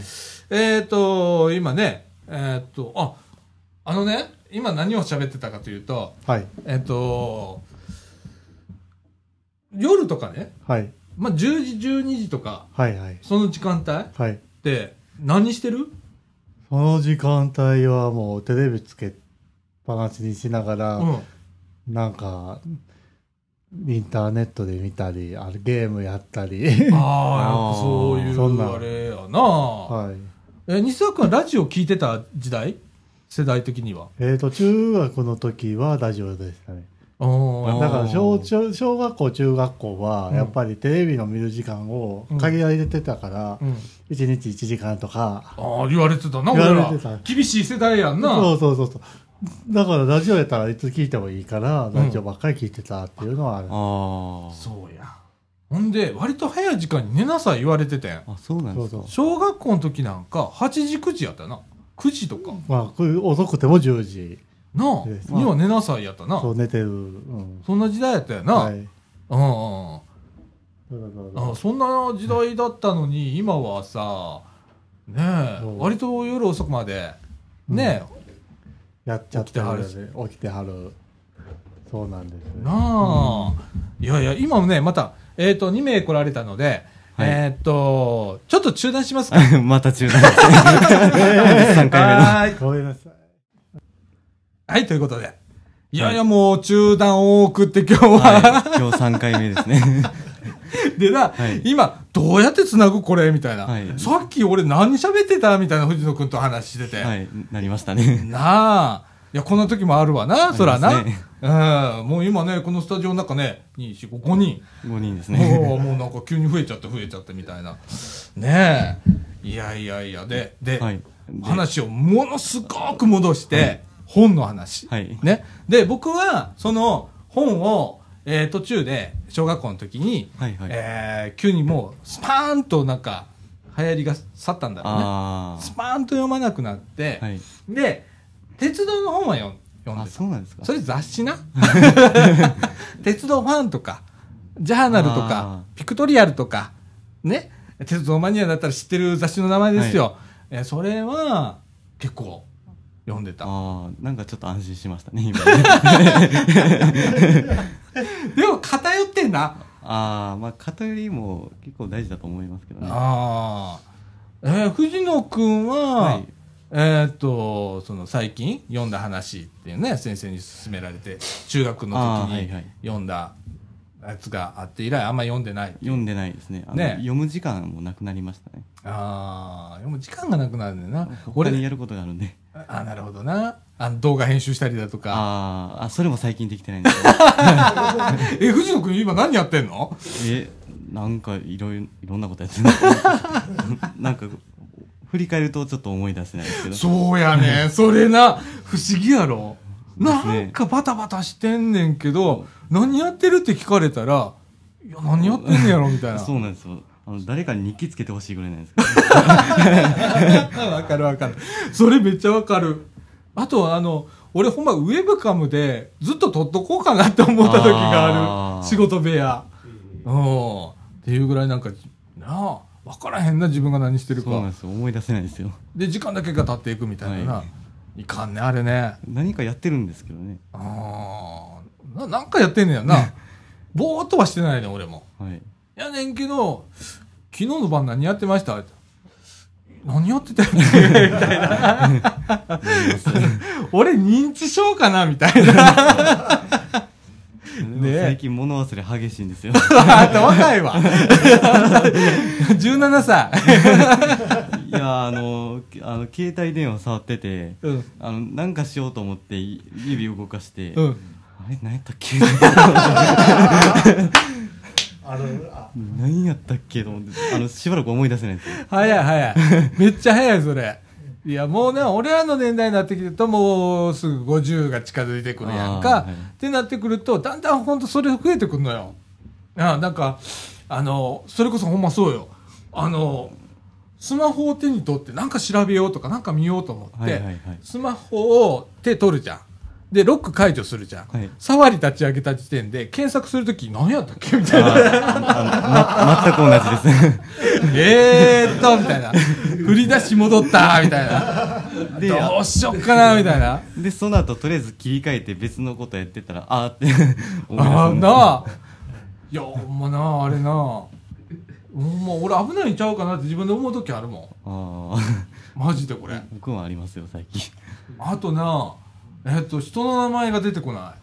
Speaker 1: 今ね、今何を喋ってたかというと、
Speaker 3: はい。
Speaker 1: 夜とかね、
Speaker 3: はい。
Speaker 1: まあ、10時、12時とか、
Speaker 3: はいはい。
Speaker 1: その時間帯
Speaker 3: はい。
Speaker 1: で、何してる？
Speaker 3: その時間帯はもうテレビつけっぱなしにしながら、なんか、インターネットで見たり、ゲームやったり。
Speaker 1: やっぱそういうあれやな。
Speaker 3: はい。
Speaker 1: 西澤君はラジオ聞いてた時代？世代的には。
Speaker 3: 中学の時はラジオでしたね。だから小学校、中学校は、やっぱりテレビの見る時間を限られてたから、1日1時間とか。
Speaker 1: 言われてたな、俺ら。厳しい世代やんな。
Speaker 3: そう。だからラジオやったらいつ聞いてもいいから、ラジオばっかり聞いてたっていうのはある。
Speaker 1: そうや。ほんで、割と早い時間に寝なさい言われててん。
Speaker 2: そうなんですか。
Speaker 1: 小学校の時なんか、8時、9時やったな。9時とか。
Speaker 3: まあ、遅くても10時。
Speaker 1: なあ、には寝なさいやったな。
Speaker 3: そう、寝てる。
Speaker 1: そんな時代やったよな。はい。そんな時代だったのに、今はさ、ねえ、割と夜遅くまで、ね
Speaker 3: え、やっちゃってはる。起きてはる。そうなんですね。
Speaker 1: なあ。いやいや、今もね、また、2名来られたので、ちょっと中断しますか。
Speaker 2: また中断ですね。3回目の。
Speaker 3: ごめんなさい。
Speaker 1: はい、ということで。いやいや、もう中断多くって今日は。
Speaker 2: 今日3回目ですね。
Speaker 1: でな、今、 どうやって繋ぐこれみたいな、はい。さっき俺何喋ってたみたいな藤野くんと話してて。
Speaker 2: はい、なりましたね。
Speaker 1: なあ。いや、こんな時もあるわな、そらな。うん。もう今ね、このスタジオの中ね、2、4、5人。
Speaker 2: 5人ですね。
Speaker 1: もうなんか急に増えちゃってみたいな。ねえ。いや。で、はい、話をものすごく戻して、はい、本の話。はい。ね。で、僕は、その本を、途中で、小学校の時に、はいはい、急にもう、スパーンとなんか、流行りが去ったんだろうね。スパーンと読まなくなって、はい、で、鉄道の本は読んでた。
Speaker 2: そうなんですか。
Speaker 1: それ雑誌な。鉄道ファンとか、ジャーナルとか、ピクトリアルとか、ね。鉄道マニアだったら知ってる雑誌の名前ですよ。はい、それは、結構、読んでた。
Speaker 2: なんかちょっと安心しましたね、今
Speaker 1: ね。でも偏ってんな。
Speaker 2: まあ偏りも結構大事だと思いますけどね。
Speaker 1: 藤野くんは、はい、その最近読んだ話っていうね、先生に勧められて、中学の時に読んだやつがあって以来あんま読んでない。
Speaker 2: 読んでないですね。読む時間もなくなりましたね。
Speaker 1: 読む時間がなくなるんだよな。
Speaker 2: 他にやることがあるんで。
Speaker 1: なるほどな。動画編集したりだとか。
Speaker 2: それも最近できてないんです
Speaker 1: けど。藤野くん今何やってんの？
Speaker 2: なんかいろんなことやってる。なんか、振り返るとちょっと思い出せないですけど。
Speaker 1: そうやね。それな、不思議やろ。なんかバタバタしてんねんけど、何やってるって聞かれたら、いや、何やってんねやろみたいな。
Speaker 2: そうなんですよ。誰かに日記つけてほしいぐらいなんですけ
Speaker 1: ど。わかる。それめっちゃわかる。あと俺ほんまウェブカムでずっと撮っとこうかなって思った時がある。仕事部屋。っていうぐらいなんか、わからへんな、自分が何してるか。
Speaker 2: そうなんですよ。思い出せないですよ。
Speaker 1: で、時間だけが経っていくみたいな。いかんね、あれね。
Speaker 2: 何かやってるんですけどね。
Speaker 1: なんかやってんねやな。ぼーっとはしてないね、俺も。はい。やねんけど、昨日の晩何やってました？何やってたっけみたいな。俺認知症かなみたいな。
Speaker 2: 最近物忘れ激しいんですよ。
Speaker 1: あんた若いわ。17歳。
Speaker 2: いや、携帯電話触ってて、なんかしようと思って指動かして、あれ何やったっけ何やったっけと思って、しばらく思い出せないんですよ。
Speaker 1: 早い。めっちゃ早い、それ。いや、もうね、俺らの年代になってきてると、もうすぐ50が近づいてくるやんか。ってなってくると、だんだんほんとそれ増えてくるのよ。なんか、それこそほんまそうよ。スマホを手に取ってなんか調べようとかなんか見ようと思って、スマホを手取るじゃん。で、ロック解除するじゃん。触り立ち上げた時点で、検索するとき何やったっけみたいな。
Speaker 2: 全く同じ
Speaker 1: です。みたいな。振り出し戻ったみたいな。で、どうしよっかなみたいな。
Speaker 2: で、その後、とりあえず切り替えて別のことやってたら、って
Speaker 1: 思い出す。なあ。いや、ほんまな、あれな。ほんま、俺危ないんちゃうかなって自分で思うときあるもん。マジでこれ。
Speaker 2: 僕もありますよ、最近。
Speaker 1: あとな、人の名前が出てこない。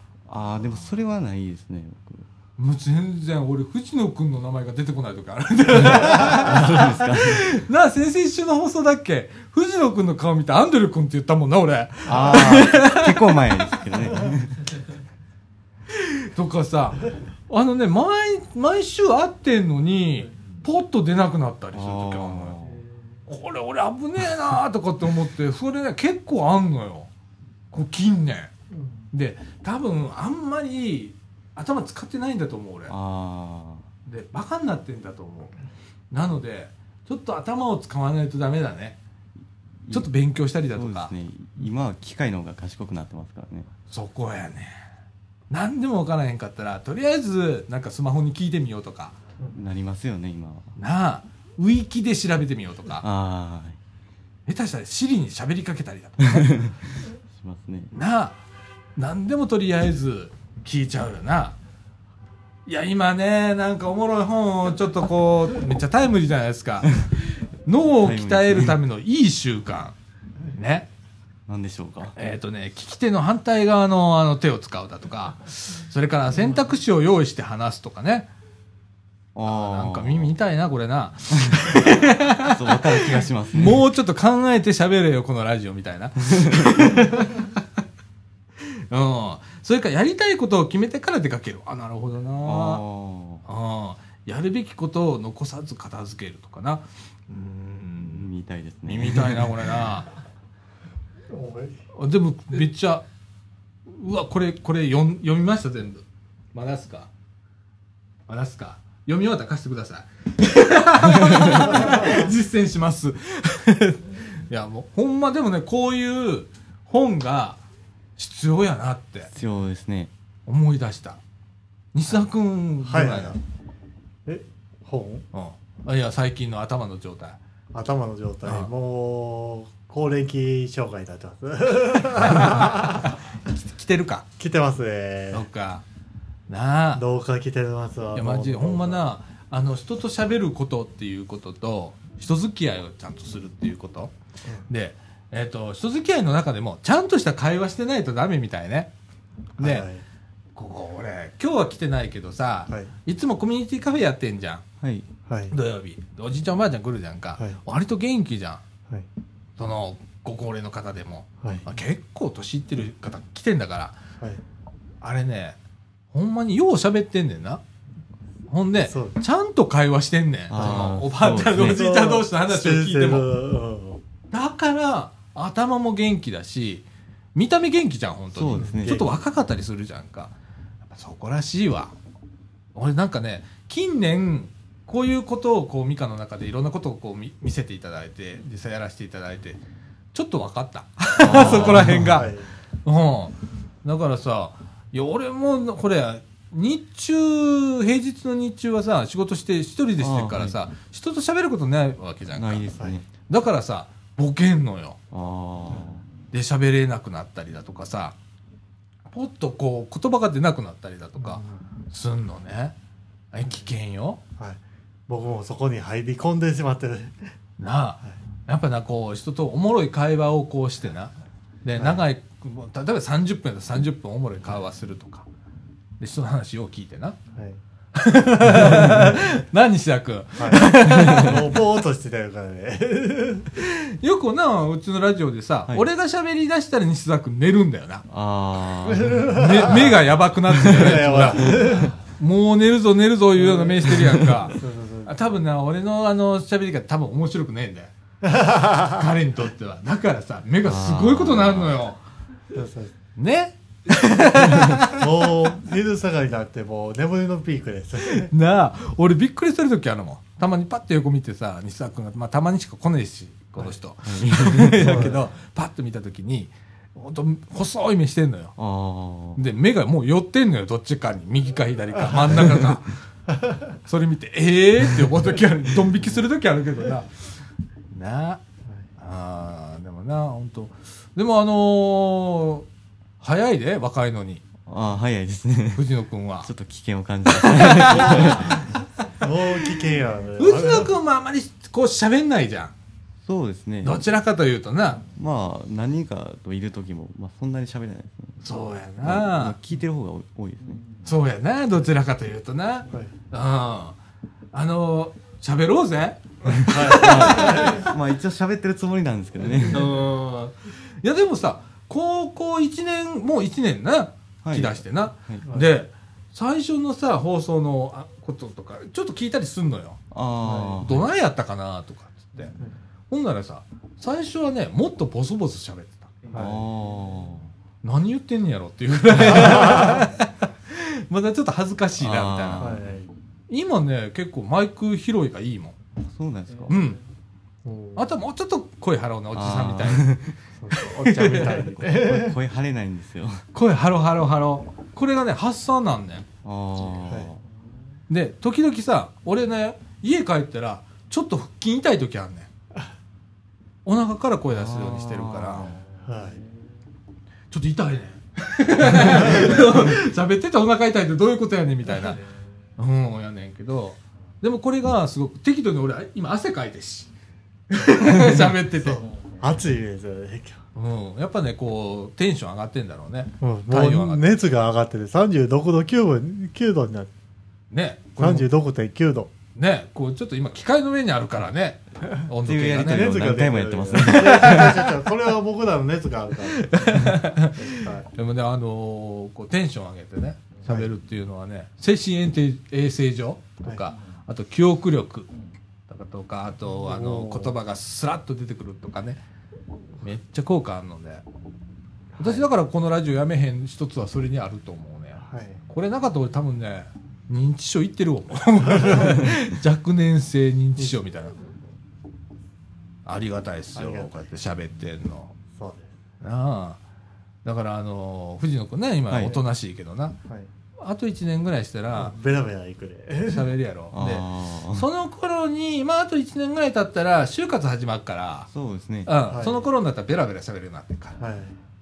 Speaker 2: でもそれはないですね、
Speaker 1: 僕。もう全然、俺、藤野くんの名前が出てこないときあるんだよ。そうですか。先々週の放送だっけ？藤野くんの顔見てアンドルくんって言ったもんな、俺。
Speaker 2: 結構前ですけどね。
Speaker 1: とかさ、毎週会ってんのに、ポッと出なくなったりするときあるのよ。これ、俺危ねえなーとかって思って、それね、結構あんのよ。近年、で多分あんまり頭使ってないんだと思う俺。でバカになってんだと思う。なのでちょっと頭を使わないとダメだね。ちょっと勉強したりだとか。
Speaker 2: そうですね、今は機械の方が賢くなってますからね。
Speaker 1: そこやね。何でも分からへんかったらとりあえずなんかスマホに聞いてみようとか
Speaker 2: なりますよね。今は
Speaker 1: なあ、ウィキで調べてみようとか、下手したらシリに喋りかけたりだとか
Speaker 2: しますね。
Speaker 1: 何でもとりあえず聞いちゃうよな。いや今ね、なんかおもろい本をちょっとこうめっちゃタイムリーじゃないですか。脳を鍛えるためのいい習慣ね。
Speaker 2: 何でしょうか。
Speaker 1: 利き手の反対側の手を使うだとか、それから選択肢を用意して話すとかね。 なんか見たいな、これな。
Speaker 2: そう、わかる気がしますね。
Speaker 1: もうちょっと考えて喋れよ、このラジオみたいな。うん。それからやりたいことを決めてから出かける。なるほどな。やるべきことを残さず片付けるとかな。
Speaker 2: 見たいですね。
Speaker 1: 見たいな、これな。でも、めっちゃ、うわ、これ読みました、全部。まだっすか読み終わったら貸してください。実践します。いや、もう、ほんまでもね、こういう本が必要やなって。
Speaker 2: 必要ですね。
Speaker 1: 思い出した。西田くんぐらいな。
Speaker 3: 本？
Speaker 1: いや、最近の頭の状態。
Speaker 3: もう、高齢期障害になってます。
Speaker 1: 来てるか。
Speaker 3: 来てますね。
Speaker 1: そっか。なあ。
Speaker 3: どうか来てますわ。
Speaker 1: いや、マジ、ほんまな、人と喋ることっていうことと、人付き合いをちゃんとするっていうこと。で、人付き合いの中でも、ちゃんとした会話してないとダメみたいね。で、ここ、俺、今日は来てないけどさ、いつもコミュニティカフェやってんじゃん。土曜日。おじいちゃんおばあちゃん来るじゃんか。割と元気じゃん。その、ご高齢の方でも。結構年いってる方来てんだから。あれね、ほんまによう喋ってんねんな。ほんで、ちゃんと会話してんねん。そのおばあちゃんとおじいちゃん同士の話を聞いても。だから、頭も元気だし、見た目元気じゃん、本当に。そうですね。ちょっと若かったりするじゃんか。やっぱそこらしいわ。俺なんかね、近年、こういうことをこうミカの中でいろんなことをこう見せていただいて、実際やらせていただいて、ちょっと分かった。そこら辺が。だからさ、いや、俺も、これ、平日の日中はさ、仕事して一人でしてるからさ、人と喋ることないわけじゃんか。
Speaker 2: ないですね。
Speaker 1: だからさ、ボケんのよ。で、喋れなくなったりだとかさ、ポッとこう、言葉が出なくなったりだとか、すんのね。危険よ。
Speaker 3: 僕もそこに入り込んでしまってる。
Speaker 1: なあ。やっぱな、こう、人とおもろい会話をこうしてな。で、長い、例えば30分やったら30分おもろい会話するとか。で、人の話を聞いてな。何西田君。もう
Speaker 3: ぼーっとしてたよからね。
Speaker 1: よくな、うちのラジオでさ、俺が喋り出したら西田君寝るんだよな。目がやばくなってるよね。もう寝るぞいうような目してるやんか。多分な、俺の喋り方多分面白くねえんだよ。彼にとっては。だからさ、目がすごいことになるのよ。ね。
Speaker 3: もう昼下がりになってもう眠りのピークです。
Speaker 1: なあ、俺びっくりするときあるもん。たまにパッと横見てさ、西田君が、まあたまにしか来ないし、この人。だけど、パッと見たときに、ほんと細い目してんのよ。で、目がもう寄ってんのよ、どっちかに。右か左か、真ん中か。それ見て、って思うときある。ドン引きするときあるけどな。なあ。でもな、ほんと。でも早いで、若いのに。
Speaker 2: 早いですね。
Speaker 1: 藤野くんは。
Speaker 2: ちょっと危険を感じますね。
Speaker 3: もう危険やね。
Speaker 1: 藤野くんもあまりこう喋んないじゃん。
Speaker 2: そうですね。
Speaker 1: どちらかというとな。
Speaker 2: まあ、何かといる時も、まあそんなに喋れないですね。
Speaker 1: そうやな。
Speaker 2: 聞いてる方が多いですね。
Speaker 1: そうやな、どちらかというとな。喋ろうぜ。
Speaker 2: まあ一応喋ってるつもりなんですけどね。
Speaker 1: いやでもさ、高校1年、もう1年な、来だしてな。で、最初のさ、放送のこととか、ちょっと聞いたりすんのよ。どないやったかなとかっつって。ほんならさ、最初はね、もっとボソボソ喋ってた。何言ってんねやろっていうぐらい。まだちょっと恥ずかしいな、みたいな。今ね、結構マイク拾いがいいもん。
Speaker 2: そうなんですか？
Speaker 1: うん。あとはもうちょっと声張ろうね、おじさんみたいに。おっちゃんみたいに。
Speaker 2: 声張れないんですよ。
Speaker 1: 声張ろう。これがね、発散なんねん。で、時々さ、俺ね、家帰ったら、ちょっと腹筋痛い時あんねん。お腹から声出すようにしてるから、ちょっと痛いねん。喋っててお腹痛いってどういうことやねんみたいな。やねんけど、でもこれがすごく適度に俺、今汗かいてし。喋ってて。
Speaker 3: 暑いですよね、
Speaker 1: やっぱね、こう、テンション上がってんだろうね。
Speaker 3: もう熱が上がってて、36度9度になって。
Speaker 1: ね。
Speaker 3: 36.9 度。
Speaker 1: ね、こうちょっと今機械の上にあるからね。温度計がね。
Speaker 2: 熱が何回もやってますね。
Speaker 3: これは僕らの熱があるから。
Speaker 1: でもね、こうテンション上げてね、喋るっていうのはね、精神衛生上とか、あと記憶力とか、あと言葉がスラッと出てくるとかね、めっちゃ効果あるので、私だからこのラジオやめへん一つはそれにあると思うね。これなかったら俺多分ね、認知症いってるわ。若年性認知症みたいな。ありがたいですよ、こうやって喋ってんの。
Speaker 3: そうです。
Speaker 1: ああ。だから藤野くんね、今おとなしいけどな。あと1年ぐらいしたら、
Speaker 3: ベラベラいくで。
Speaker 1: 喋るやろ。で、その頃に、あと1年ぐらい経ったら、就活始まるから、
Speaker 2: そうですね。
Speaker 1: その頃になったらベラベラ喋るようになってるから。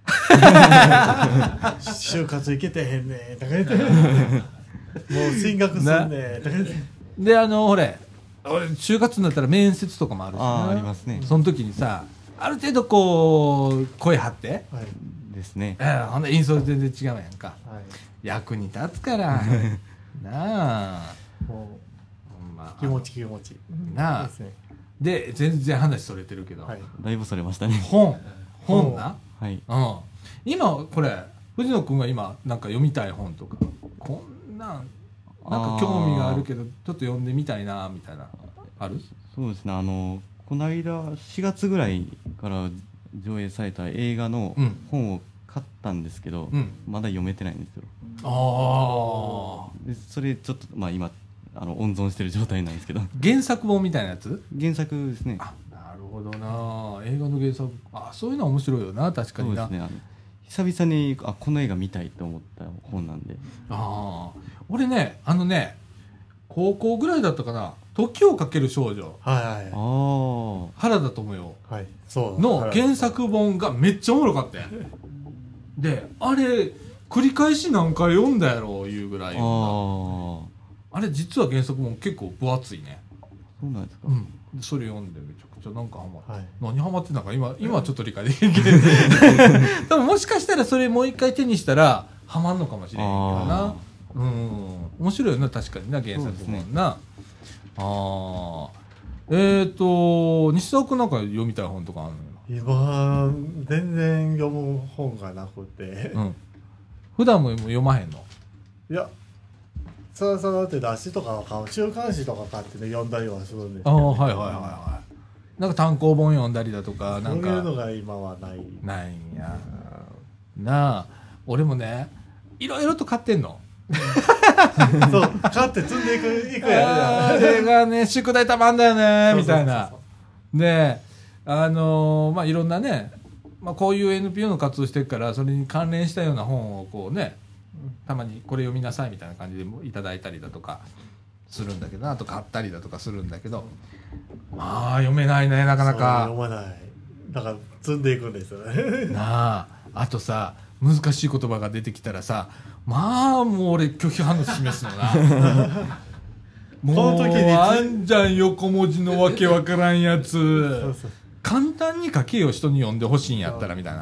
Speaker 3: 就活行けてへんねとか言って。もう進学すんねとか言って。
Speaker 1: で、俺、就活になったら面接とかもあるし、
Speaker 2: ありますね。
Speaker 1: その時にさ、ある程度こう、声張って、
Speaker 2: ですね。
Speaker 1: ほんで、印象全然違うやんか。役に立つから、なあ。
Speaker 3: もう、気持ち。
Speaker 1: なあ。で、全然話それてるけど。
Speaker 2: だいぶそれましたね。
Speaker 1: 本な。
Speaker 2: はい。
Speaker 1: 今、これ、藤野くんが今、なんか読みたい本とか、こんなん、なんか興味があるけど、ちょっと読んでみたいな、みたいな、ある？
Speaker 2: そうですね、この間、4月ぐらいから上映された映画の本を買ったんですけど、まだ読めてないんですよ。でそれちょっと、今、温存してる状態なんですけど。
Speaker 1: 原作本みたいなやつ？
Speaker 2: 原作ですね。
Speaker 1: なるほどな。映画の原作、そういうのは面白いよな、確かにな。
Speaker 2: そうですね。久々にこの映画見たいと思った本なんで。
Speaker 1: 俺ね、高校ぐらいだったかな、時をかける少女、原田知世の原作本がめっちゃおもろかったやん。で、あれ繰り返し何回読んだやろういうぐらい。あれ実は原作本結構分厚いね。
Speaker 2: そうなんですか。
Speaker 1: それ読んでめちゃくちゃなんかハマって、何ハマってんだか今はちょっと理解できんけど多分もしかしたらそれもう一回手にしたらハマんのかもしれんけどな。面白いよな、確かにな、原作本な。西澤君なんか読みたい本とかある
Speaker 3: の？今全然読む本がなくて、
Speaker 1: 普段も読まへんの？
Speaker 3: いや、さらさらって雑誌とかは買う、週刊誌とか買ってね、読んだりはするんですけど、
Speaker 1: なんか単行本読んだりだとか、なんか
Speaker 3: そういうのが今はない
Speaker 1: んやな。俺もね、いろいろと買ってんの。
Speaker 3: そう、買って積んでいくや
Speaker 1: つ。あれがね、宿題たまんだよねみたいな。で、いろんなね、こういう NPO の活動してるから、それに関連したような本をこうね、たまにこれ読みなさいみたいな感じでいただいたりだとかするんだけど、あと買ったりだとかするんだけど、読めないね、なかなか。
Speaker 3: 読まない。だから積んでいくんですよね。
Speaker 1: あとさ、難しい言葉が出てきたらさ、もう俺拒否反応示すのな。もうこの時にあんじゃん、横文字のわけわからんやつ。簡単に書けよ、人に読んでほしいんやったらみたいな。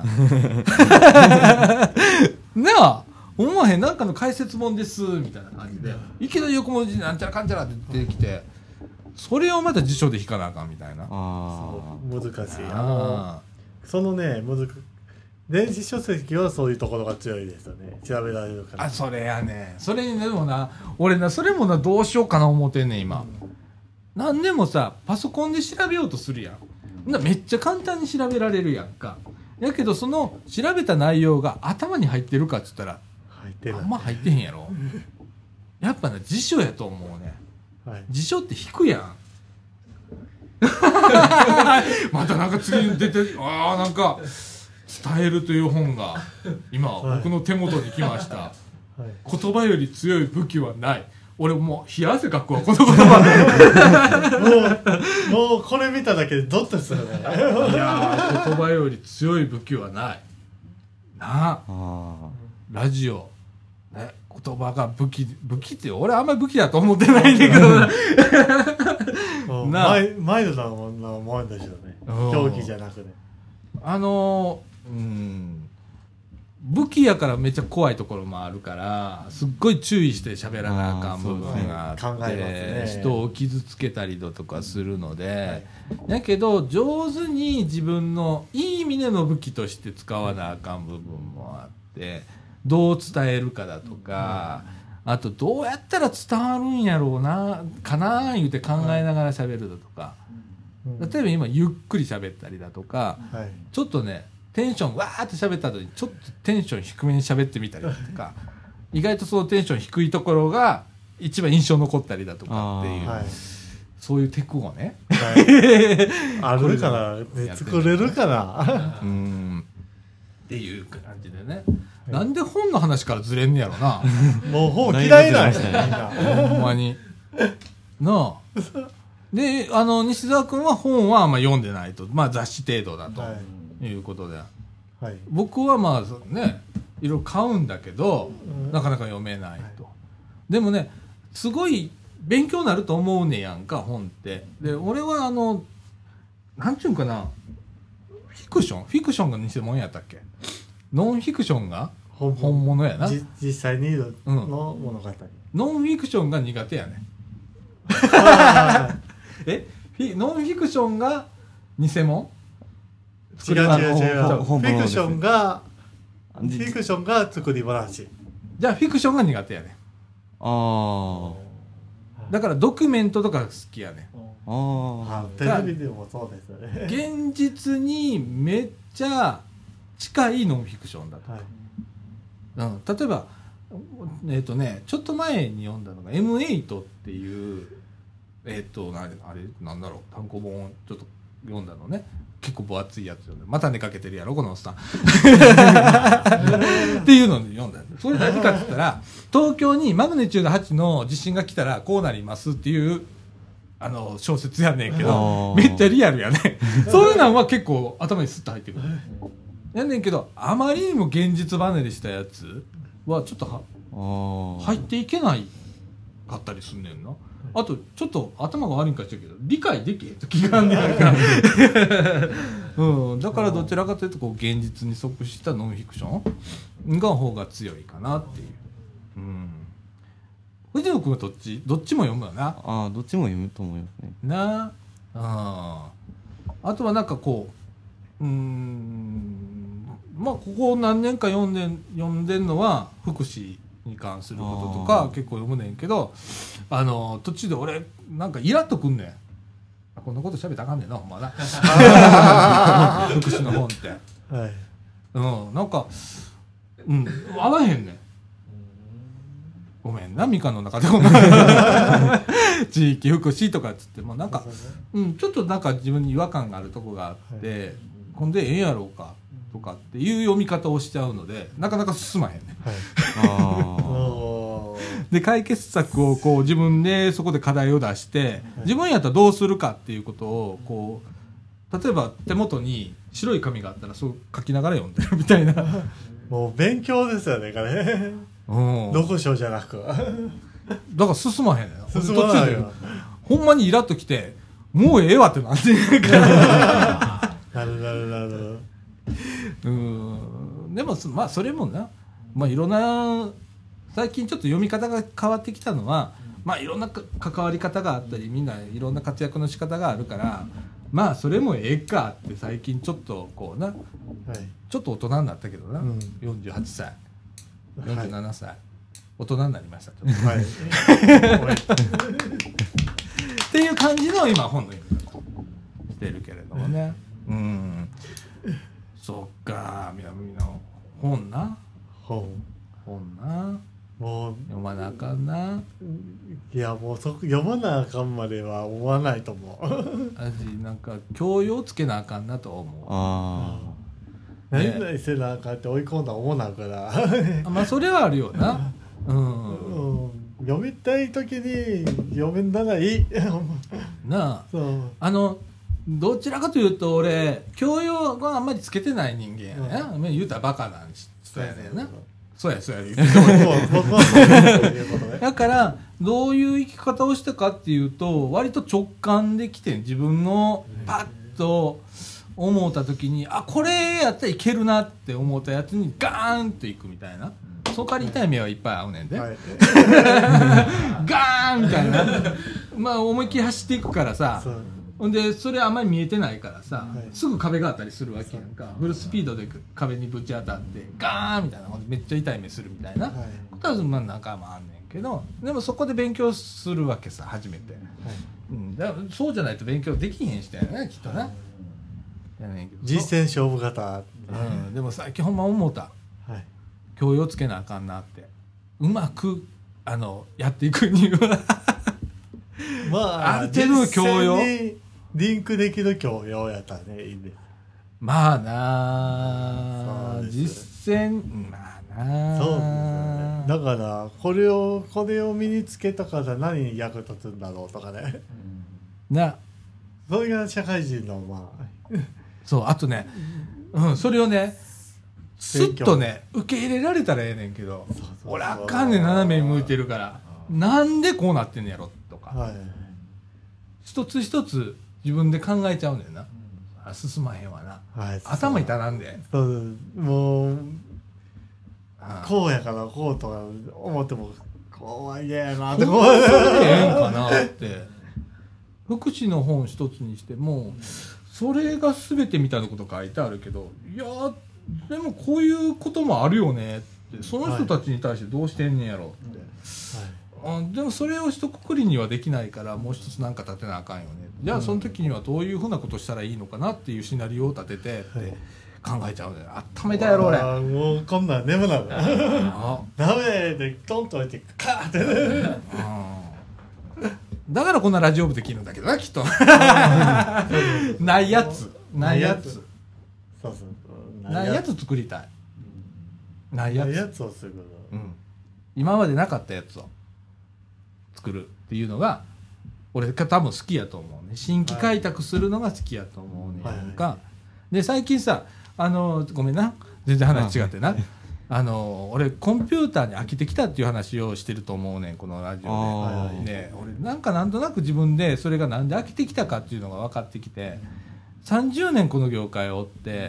Speaker 1: 思わへん、なんかの解説本ですみたいな感じで、いきなり横文字なんちゃらかんちゃらって出てきて、それをまた辞書で引かなあかんみたいな。
Speaker 3: 難しい。そのね、電子書籍はそういうところが強いですよね。調べられるから。
Speaker 1: それやね。それにでもな、俺な、それもな、どうしようかな思ってんねん、今。なんでもさ、パソコンで調べようとするやん。めっちゃ簡単に調べられるやんか。やけど、その調べた内容が頭に入ってるかっつったら、あんま入ってへんやろ。やっぱな、辞書やと思うね。辞書って引くやん。またなんか次に出て、なんか、伝えるという本が今、僕の手元に来ました。言葉より強い武器はない。俺もう冷や汗かくわ、この言葉。
Speaker 3: もうこれ見ただけでドッとするね。いや
Speaker 1: 言葉より強い武器はない。ラジオ、ね、言葉が武器って俺あんまり武器だと思ってないんだけど
Speaker 3: マイルドなもんでしょうね。狂気じゃなくね。
Speaker 1: 武器やからめっちゃ怖いところもあるからすっごい注意して喋らなあかん部分があって、人を傷つけたりだとかするので、だけど上手に自分のいい意味での武器として使わなあかん部分もあってどう伝えるかだとか、あとどうやったら伝わるんやろうなかな言うて考えながら喋るだとか、例えば今ゆっくり喋ったりだとか、ちょっとねテンションわーって喋った後にちょっとテンション低めに喋ってみたりだとか意外とそのテンション低いところが一番印象残ったりだとかっていう、そういうテクをね、
Speaker 3: あるから作れるかな
Speaker 1: っていう感じでね、なんで本の話からずれんねやろな
Speaker 3: もう本嫌いなんですね
Speaker 1: ほんまになあで西澤君は本はあんま読んでないと、まあ、雑誌程度だということで、僕はまあねいろいろ買うんだけど、なかなか読めないと、でもねすごい勉強になると思うねやんか本って。で俺はなんていうんかな、フィクションが偽物やったっけ、ノンフィクションが本物やな、
Speaker 3: 実際にの物語、
Speaker 1: ノンフィクションが苦手やねノンフィクションが偽物、
Speaker 3: 違うフィクションが作り話、
Speaker 1: じゃあフィクションが苦手やね。だからドキュメントとか好きやね。
Speaker 3: テレビでもそうですよね。
Speaker 1: 現実にめっちゃ近いノンフィクションだとか、例えばちょっと前に読んだのが M8 っていうあれなんだろう、単行本をちょっと読んだのね。結構分厚いやつ読んで、また寝かけてるやろこのおっさんっていうのを読んだ。それ何かって言ったら東京にマグニチュード8の地震が来たらこうなりますっていう小説やねんけど、めっちゃリアルやねそういうのは結構頭にスッと入ってくるやねんけど、あまりにも現実離れしたやつはちょっと入っていけないかったりすんねんな。あとちょっと頭が悪いんかしらけど理解できへん時があんねんからだからどちらかというとこう現実に即したノンフィクションが方が強いかなっていう。藤野君はどっちも読むよな。
Speaker 2: どっちも読むと思いますね。
Speaker 1: なあとはなんかこうまあここ何年か読んでんのは福祉に関することとか結構読むねんけど、途中で俺なんかイラっとくんねん。こんなこと喋ったらあかんねんなほんまな福祉の本って、なんか合わへんねん。ごめんなみかんの中でも地域福祉とかっつってもなんか、ちょっとなんか自分に違和感があるとこがあって、ほんでええやろうかとかっていう読み方をしちゃうのでなかなか進まへんね、で解決策をこう自分でそこで課題を出して、自分やったらどうするかっていうことをこう例えば手元に白い紙があったらそう書きながら読んでるみたいな
Speaker 3: もう勉強ですよねこれ読書じゃなくだ
Speaker 1: から進まへんねん。
Speaker 3: 進まないよ。
Speaker 1: ほんまにイラっときてもうええわってなんていうか
Speaker 3: なる
Speaker 1: でもまあそれもな、まあいろんな最近ちょっと読み方が変わってきたのは、まあいろんな関わり方があったりみんないろんな活躍の仕方があるからまあそれもええかって最近ちょっとこうな、ちょっと大人になったけどな、48歳47歳、大人になりましたちょっとっていう感じの今本の読み方してるけれどもね。そっか南の本な本なもう読まなあかんな。
Speaker 3: いやもう読まなあかんまでは思わないと思う
Speaker 1: なんか教養つけなあかんなと思う。
Speaker 3: 何々せなあかんって追い込んだら思うなから
Speaker 1: まあそれはあるよな
Speaker 3: 読みたい時に読めんだらいい
Speaker 1: なあ。どちらかというと俺教養があんまりつけてない人間やね、言うたらバカなん人やねんな。そうやだからどういう生き方をしたかっていうと割と直感できて自分のパッと思った時にこれやったらいけるなって思ったやつにガーンといくみたいな。その代わり痛い目はいっぱい合うねんで、はい、ガーンみたいなまあ思いっきり走っていくからさ、ほんでそれあんまり見えてないからさ、はい、すぐ壁があったりするわけやんか。フルスピードで壁にぶち当たってガーンみたいな、めっちゃ痛い目するみたいなことはまあ何回もあんねんけど、でもそこで勉強するわけさ、初めて、はい、だからそうじゃないと勉強できへん人やねきっとな、やねんけど
Speaker 3: 実践勝負型、
Speaker 1: でも最近ほんま思った、はい、教養つけなあかんなって、うまくやっていくには
Speaker 3: まあ、ある程度の教養リンクできる教養やったらねいいんです。
Speaker 1: まあなあ、実践まあなあ、
Speaker 3: そうですよね。だからこれを身につけたから何に役立つんだろうとかね、
Speaker 1: な、
Speaker 3: それが社会人のまあ
Speaker 1: そう、あとね、それをねスッとね受け入れられたらええねんけど、俺あかんねん、斜めに向いてるから、なんでこうなってんのやろとか、はい、一つ一つ自分で考えちゃうねんな、進まへんわな、はい、頭痛なんで、
Speaker 3: もうこうやからこうとか思ってもこうは嫌やなって、こう
Speaker 1: ええんかなって福祉の本一つにしてもそれが全てみたいなこと書いてあるけど、いやでもこういうこともあるよねって、その人たちに対してどうしてんねんやろって、はい、でもそれを一括りにはできないから、もう一つ何か立てなあかんよね、じゃあその時にはどういうふうなことしたらいいのかなっていうシナリオを立ててって考えちゃうね。温めたやろ俺。
Speaker 3: もうこんなん眠なるダメでトンと置いてカーって
Speaker 1: だからこんなラジオ部できるんだけどな、きっとないやつないやつ、
Speaker 3: そうそう、
Speaker 1: ないやつ作りたい、
Speaker 3: ないやつをする、
Speaker 1: 今までなかったやつを作るっていうのが俺が多分好きやと思うね。新規開拓するのが好きやと思うね、なんかで最近さ、ごめんな全然話違ってな、俺コンピューターに飽きてきたっていう話をしてると思うねん、このラジオで、ね、俺なんとなく自分でそれがなんで飽きてきたかっていうのが分かってきて、30年この業界を追って、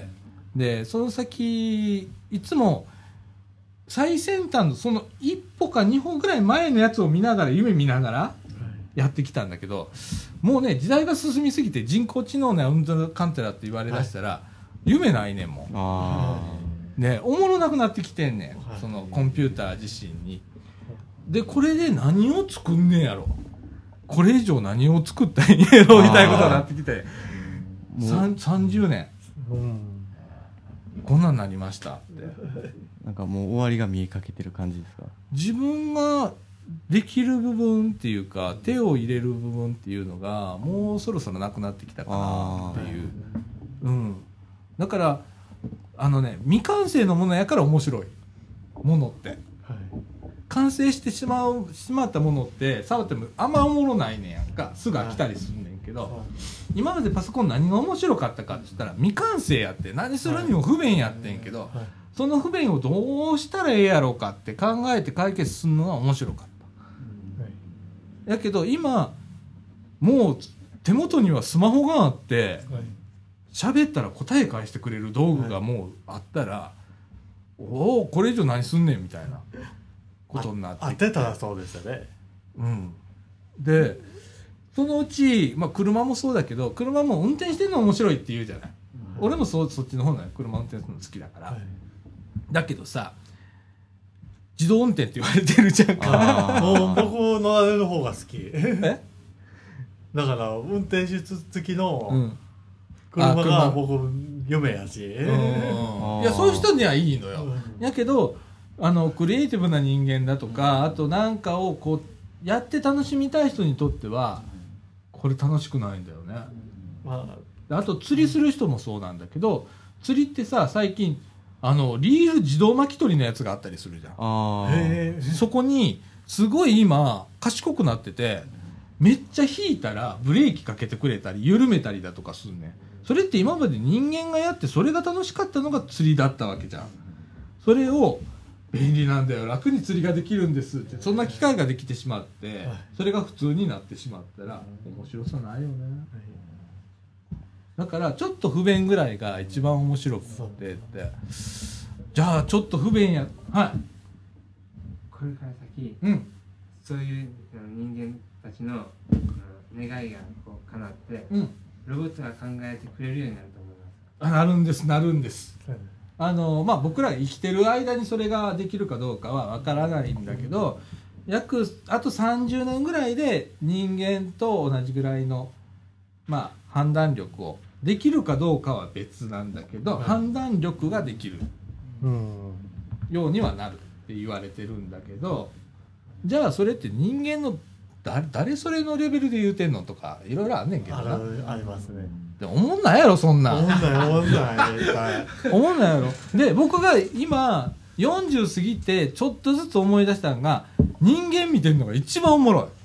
Speaker 1: でその先いつも最先端のその一歩か二歩ぐらい前のやつを見ながら、夢見ながらやってきたんだけど、もうね時代が進みすぎて人工知能ねうんたらかんたらって言われだしたら、夢ないねんもん、ね、おもろなくなってきてんねん、そのコンピューター自身に。でこれで何を作んねんやろ、これ以上何を作ったらいいんやろみたいなことになってきて、30年、こんなんなりましたって、
Speaker 2: なんかもう終わりが見えかけてる感じですか。
Speaker 1: 自分ができる部分っていうか手を入れる部分っていうのがもうそろそろなくなってきたかなっていう、だから未完成のものやから面白いものって、完成してしまったものって触ってもあんまおもろないねんやんか、すぐ飽きたりすんねんけど、今までパソコン何が面白かったかって言ったら未完成やって、何するにも不便やってんけど、その不便をどうしたらええやろうかって考えて解決するのが面白かった、やけど今もう手元にはスマホがあって喋ったら答え返してくれる道具がもうあったら、おおこれ以上何すんねんみたいなことになって
Speaker 3: あってたらそうですよね。
Speaker 1: でそのうち、車もそうだけど、車も運転してるの面白いって言うじゃない、俺もそっちの方なの、車運転するの好きだから、だけどさ自動運転って言われてるじゃんか
Speaker 3: もう僕乗られる方が好きだから運転手付きの車が僕夢やし、い
Speaker 1: やそういう人にはいいのよ、やけどクリエイティブな人間だとか、あとなんかをこうやって楽しみたい人にとってはこれ楽しくないんだよね、あと釣りする人もそうなんだけど、釣りってさ最近リール自動巻き取りのやつがあったりするじゃん。そこにすごい今賢くなってて、めっちゃ引いたらブレーキかけてくれたり緩めたりだとかするね。それって今まで人間がやってそれが楽しかったのが釣りだったわけじゃん。それを便利なんだよ、楽に釣りができるんですって、そんな機会ができてしまって、それが普通になってしまったら面白さないよね。 だからちょっと不便ぐらいが一番面白くてって、じゃあちょっと不便や、はい、
Speaker 4: これから先、そういう人間たちの願いがこう叶って、ロボットが考えてくれるようになると思います。
Speaker 1: なるんです、なるんです。まあ、僕らが生きてる間にそれができるかどうかはわからないんだけど、あと30年ぐらいで人間と同じぐらいの、まあ、判断力をできるかどうかは別なんだけど、判断力ができるようにはなるって言われてるんだけど、じゃあそれって人間の誰それのレベルで言うてんのとかいろいろあんねんけどな。
Speaker 3: ありますね。
Speaker 1: で思んないやろそんなん。
Speaker 3: 思んない
Speaker 1: 思んないやろ。で僕が今40過ぎてちょっとずつ思い出したのが、人間見てるのが一番おもろい。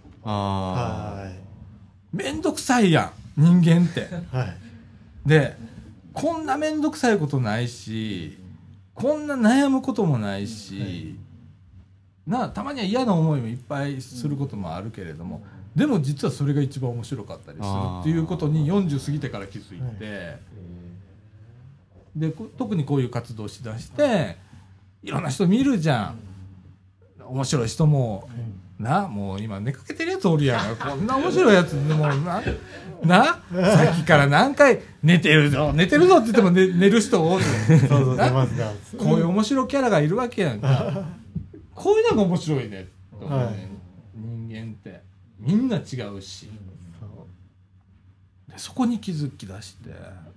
Speaker 1: めんどくさいやん人間って、でこんなめんどくさいことないし、こんな悩むこともないし、たまには嫌な思いもいっぱいすることもあるけれども、でも実はそれが一番面白かったりするっていうことに40過ぎてから気づいて、で特にこういう活動しだしていろんな人見るじゃん。面白い人も、もう今寝かけてるやつおるやん。こんな面白いやつでもさっきから何回寝てるぞって言っても、寝る人おるこういう面白いキャラがいるわけやんか。こういうのが面白いねと思うね、人間ってみんな違うし、でそこに気づき出して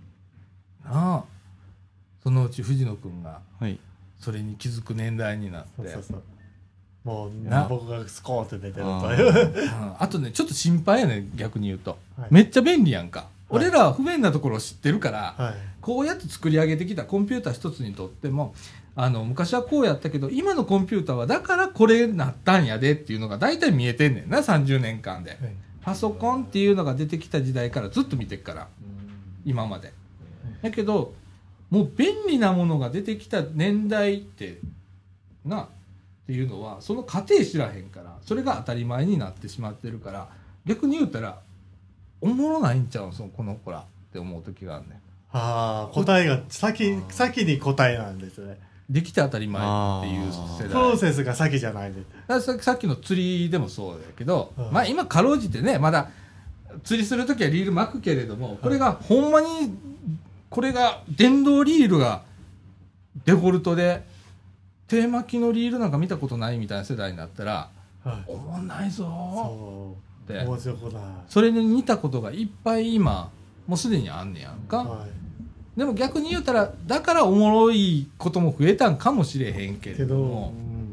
Speaker 1: そのうち藤野くんがそれに気づく年代になって、
Speaker 3: もう僕がスコーンって出てるという。
Speaker 1: あとねちょっと心配やね逆に言うと、めっちゃ便利やんか。俺らは不便なところを知ってるから、こうやって作り上げてきたコンピューター一つにとっても、昔はこうやったけど今のコンピューターはだからこれなったんやでっていうのが大体見えてんねんな、30年間で、パソコンっていうのが出てきた時代からずっと見てっから、今まで。だけどもう便利なものが出てきた年代ってっていうのはその過程知らへんから、それが当たり前になってしまってるから、逆に言うたらおもろないんちゃうこの子らって思う時があるね。
Speaker 3: 答えが先に答えなんですね。
Speaker 1: できて当たり前っていう世代。
Speaker 3: プロセスが先じゃないで。
Speaker 1: さっきの釣りでもそうだけど、まあ今かろうじてねまだ釣りする時はリール巻くけれども、これがほんまにこれが電動リールがデフォルトで手巻きのリールなんか見たことないみたいな世代になったら、おもんないぞってそれに似たことがいっぱい今もうすでにあんねやんか、でも逆に言うたらだからおもろいことも増えたんかもしれへんけれども、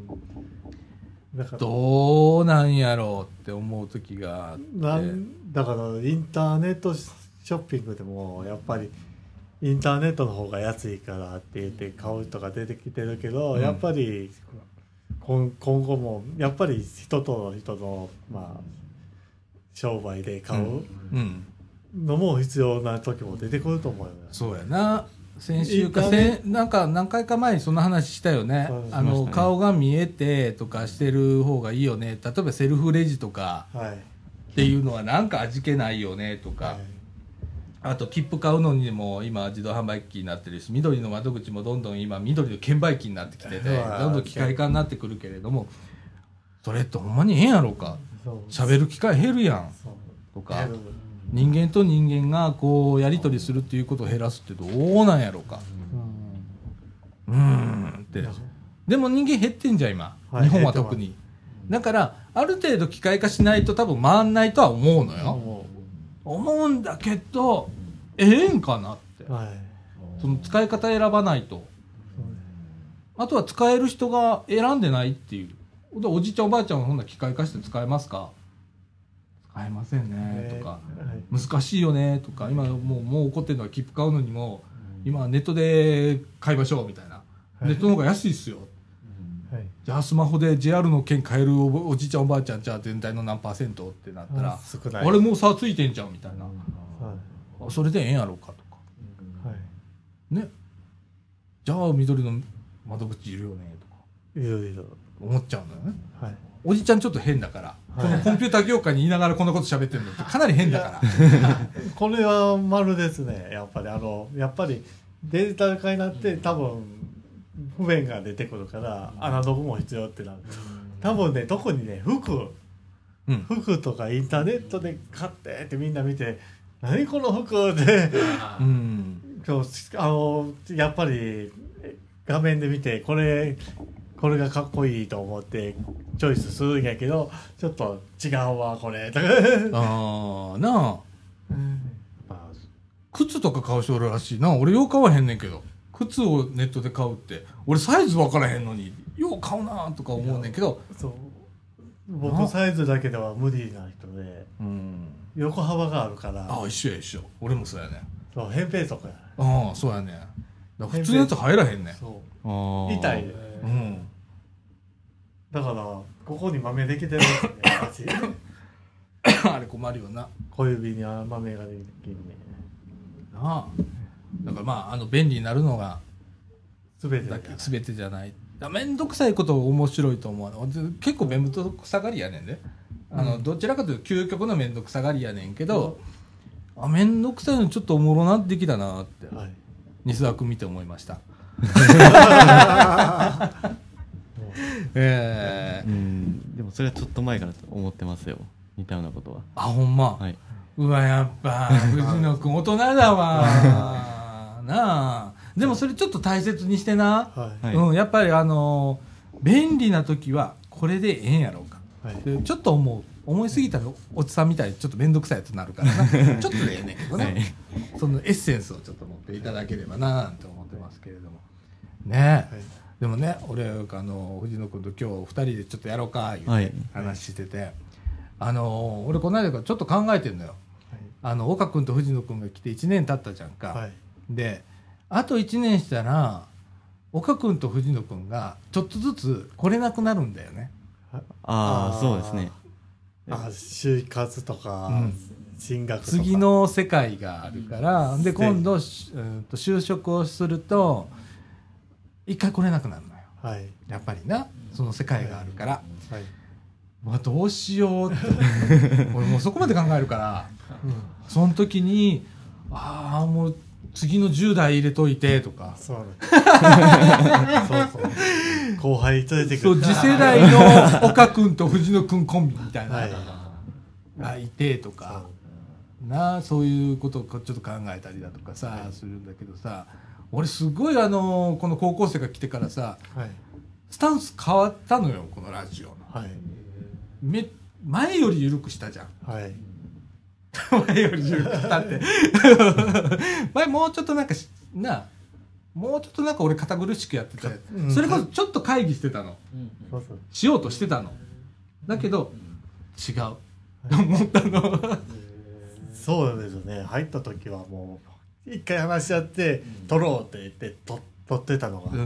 Speaker 1: どうなんやろうって思う時があって、
Speaker 3: だからインターネットショッピングでもやっぱりインターネットの方が安いからって言って買う人が出てきてるけど、やっぱり今後もやっぱり人と人の商売で買うのも必要な時も出てくると思うよね。
Speaker 1: そうやな。先週かなんか何回か前にそんな話したよね。顔が見えてとかしてる方がいいよね。例えばセルフレジとかっていうのはなんか味気ないよねとか。あと切符買うのにも今自動販売機になってるし、緑の窓口もどんどん今緑の券売機になってきてて、どんどん機械化になってくるけれども、それってほんまにええんやろうか、喋る機会減るやんとか、人間と人間がこうやり取りするっていうことを減らすってどうなんやろうか、ってでも人間減ってんじゃん今、日本は特に。だからある程度機械化しないと多分回んないとは思うのよ。思うんだけどんかなって、その使い方選ばないと、あとは使える人が選んでないっていう。おじいちゃんおばあちゃんはほんなら機械化して使えますか、使えませんねとか、難しいよねとか、今もう起こってるのは切符買うのにも今ネットで買いましょうみたいな、ネットの方が安いっすよ、じゃあスマホで JR の券買えるおじいちゃんおばあちゃんじゃあ全体の何%ってなったら、あれもう差ついてんじゃんみたいな、それでええんやろうかとか、ね、じゃあ緑の窓口いるよねとか、 思っちゃうんだよね。はい、おじちゃんちょっと変だから、このコンピューター業界に言いながらこんなこと喋ってるのってかなり変だから。
Speaker 3: これは丸ですね。やっぱりデジタル化になって多分不便が出てくるからアナログも必要ってなる。多分ね、特にね、服とかインターネットで買ってってみんな見て、何この服で、やっぱり画面で見てこれがかっこいいと思ってチョイスするんやけど、ちょっと違うわこれ。
Speaker 1: ああなあ、靴とか買う人おるらしいな。俺よう買わへんねんけど、靴をネットで買うって俺サイズ分からへんのによう買うなとか思うねんけど、
Speaker 3: そう、僕サイズだけでは無理な人で、横幅があるから。
Speaker 1: ああ、一緒俺もそうやね。
Speaker 3: そう、扁平足や。
Speaker 1: ああ、そうやね。普通のやつ入らへんねん。
Speaker 3: そう、痛いで、だからここに豆できてるんですね。
Speaker 1: あれ困るよな、
Speaker 3: 小指には豆ができるね。
Speaker 1: なあ、だからまあ便利になるのが
Speaker 3: 全
Speaker 1: てじゃない。面倒くさいこと面白いと思う。結構面倒くさがりやねんで、どちらかというと究極の面倒くさがりやねんけど、面倒くさいのちょっとおもろなってきたなって、西澤君見て思いました。
Speaker 2: でもそれはちょっと前からと思ってますよ、似たようなことは。
Speaker 1: あ、ほんま、はい、うわ、やっぱ藤野君大人だわなあ。でもそれちょっと大切にしてな、やっぱり便利な時はこれでええんやろうか、でちょっと思いすぎたらおじさんみたいにちょっと面倒くさいやつになるからな。ちょっとでええねんけどね、そのエッセンスをちょっと持っていただければななんて思ってますけれどもね。でもね、俺藤野君と今日2人でちょっとやろうかいう話してて、俺この間からちょっと考えてるのよ。岡君と藤野君が来て1年経ったじゃんか、であと1年したら岡君と藤野君がちょっとずつ来れなくなるんだよね。
Speaker 2: ああ、そうですね。
Speaker 3: 就活とか、進学とか
Speaker 1: 次の世界があるから、で今度就職をすると一回来れなくなるのよ、やっぱりな、その世界があるから、まあ、どうしようって俺もうそこまで考えるから、その時にもう次の10代入れといてとか、そう
Speaker 3: 後輩連れてくる、
Speaker 1: そう、次世代の岡君と藤野君コンビみたいながいてとか、そういうことをちょっと考えたりだとかさ、するんだけどさ、俺すごいこの高校生が来てからさ、スタンス変わったのよ、このラジオの、前より緩くしたじゃん、前より緩くしたって前もうちょっとなんか俺堅苦しくやってて、それこそちょっと会議してたの、しようとしてたのだけど、違う思ったの。
Speaker 3: そうですね、入った時はもう一回話し合って撮ろうって言って撮ってたのが、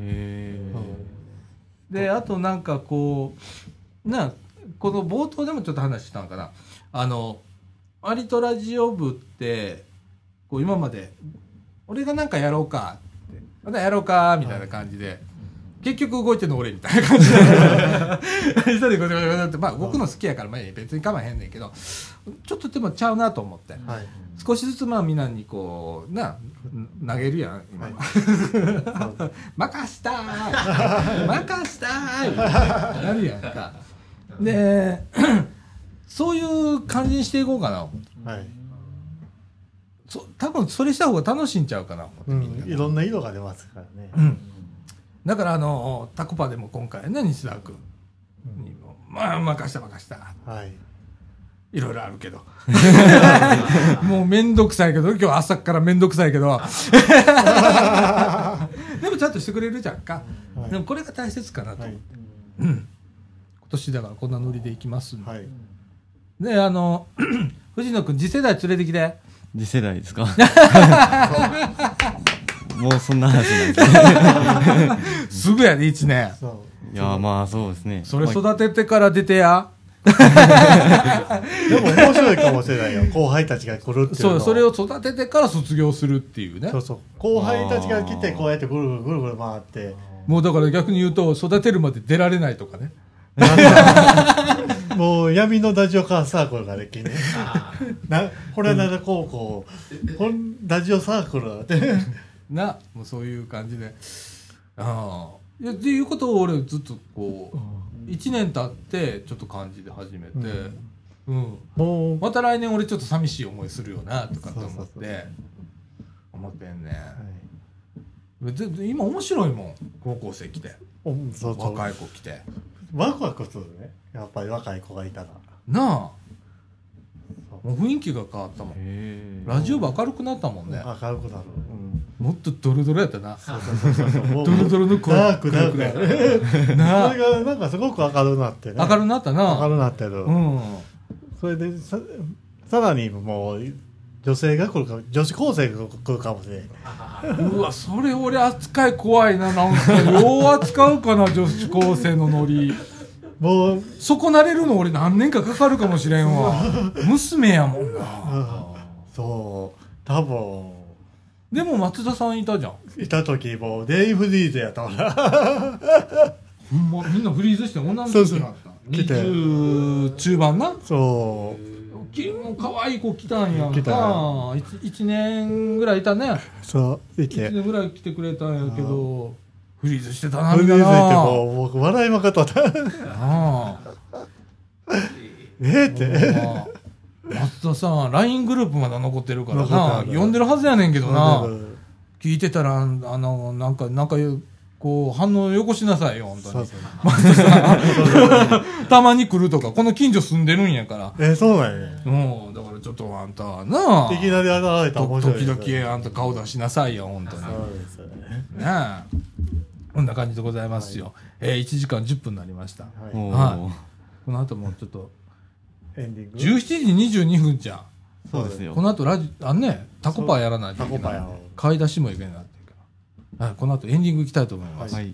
Speaker 1: であとなんかこの冒頭でもちょっと話したのかな、割とラジオ部ってこう今まで俺がなんかやろうかって、またやろうかみたいな感じで、結局動いてるの俺みたいな感じで一人でゴチゴチゴチって、まあ動くの好きやから別に構わへんねんけど、ちょっとでもちゃうなと思って、少しずつみんなにこう投げるやん今任したー任したーやるやんか。でそういう感じにしていこうかな思って、多分それした方が楽しいんちゃうかな思って、
Speaker 3: いろんな色が出ますからね、
Speaker 1: だからタコパでも今回ね、西田君にも、任したいろいろあるけどもうめんどくさいけど、今日朝からめんどくさいけどでもちゃんとしてくれるじゃんか、でもこれが大切かなと思って、今年だからこんなノリでいきますんで、で藤野君次世代連れてきて。
Speaker 2: 次世代ですかもうそんな話なんです
Speaker 1: すぐやで1年。
Speaker 2: いや、まあそうですね。
Speaker 1: それ育ててから出てや。
Speaker 3: でも面白いかもしれないよ、後輩たちが来るっていうの。
Speaker 1: それを育ててから卒業するっていうね。
Speaker 3: 後輩たちが来てこうやってぐるぐるぐるぐる回って、
Speaker 1: もうだから逆に言うと、育てるまで出られないとかね。
Speaker 3: もう闇のラジオカーサークルができね。これなら高校、ラジオサークルだって。
Speaker 1: な、もうそういう感じで。っていうことを俺ずっとこう、1年経ってちょっと感じで始めて、もうまた来年俺ちょっと寂しい思いするよなとかって思ってんね。今面白いもん、高校生来て。若い子来て。
Speaker 3: ワクワクするね。やっぱり若い子がいたら。
Speaker 1: なあ。もう雰囲気が変わったもん。ラジオ部明るくなったもんね。
Speaker 3: 明るくなる。
Speaker 1: もっとドロドロやったな。
Speaker 3: ド
Speaker 1: ロドロの声。
Speaker 3: ダークやな。それがなんかすごく明るくなってね。
Speaker 1: 明るくなったな。
Speaker 3: 明るくなってる。それでさらにもう女性が来るか、女子高生が来るかもしれん。
Speaker 1: うわ、それ俺扱い怖いな。なんかよう扱うかな、女子高生のノリ。もうそこ慣れるの俺何年かかかるかもしれんわ。娘やもんな。
Speaker 3: そう、多分。
Speaker 1: でも松田さんいたじゃん。
Speaker 3: いた時もうデイフリーズやったから。
Speaker 1: ほんまみんなフリーズして女の子になった。20中盤な。
Speaker 3: そう。
Speaker 1: 可愛い子来たんやんか。1年ぐらいいたね。
Speaker 3: そう、
Speaker 1: 1年ぐらい来てくれたんやけど、フリーズしてたな。
Speaker 3: フリーズしてもう僕笑いまかった。って
Speaker 1: 松田さん LINE グループまだ残ってるからな、呼んでるはずやねんけどな。聞いてたらなんかこう反応よこしなさいよ本当に。松田さんたまに来るとか、この近所住んでるんやから。
Speaker 3: そうなんやね。
Speaker 1: だからちょっとあんたはない
Speaker 3: きなり現れたら面白い。
Speaker 1: 時々あんた顔出しなさいよ本当に。
Speaker 3: そうですよね。
Speaker 1: ねえ、こんな感じでございますよ。1時間10分になりました。この後もちょっと
Speaker 3: エンディング
Speaker 1: 17時22分じゃん。
Speaker 2: そうですよ。
Speaker 1: この後タコパやらないといけない。買い出しもいけないなっていうから。この後エンディングいきたいと思います。はい。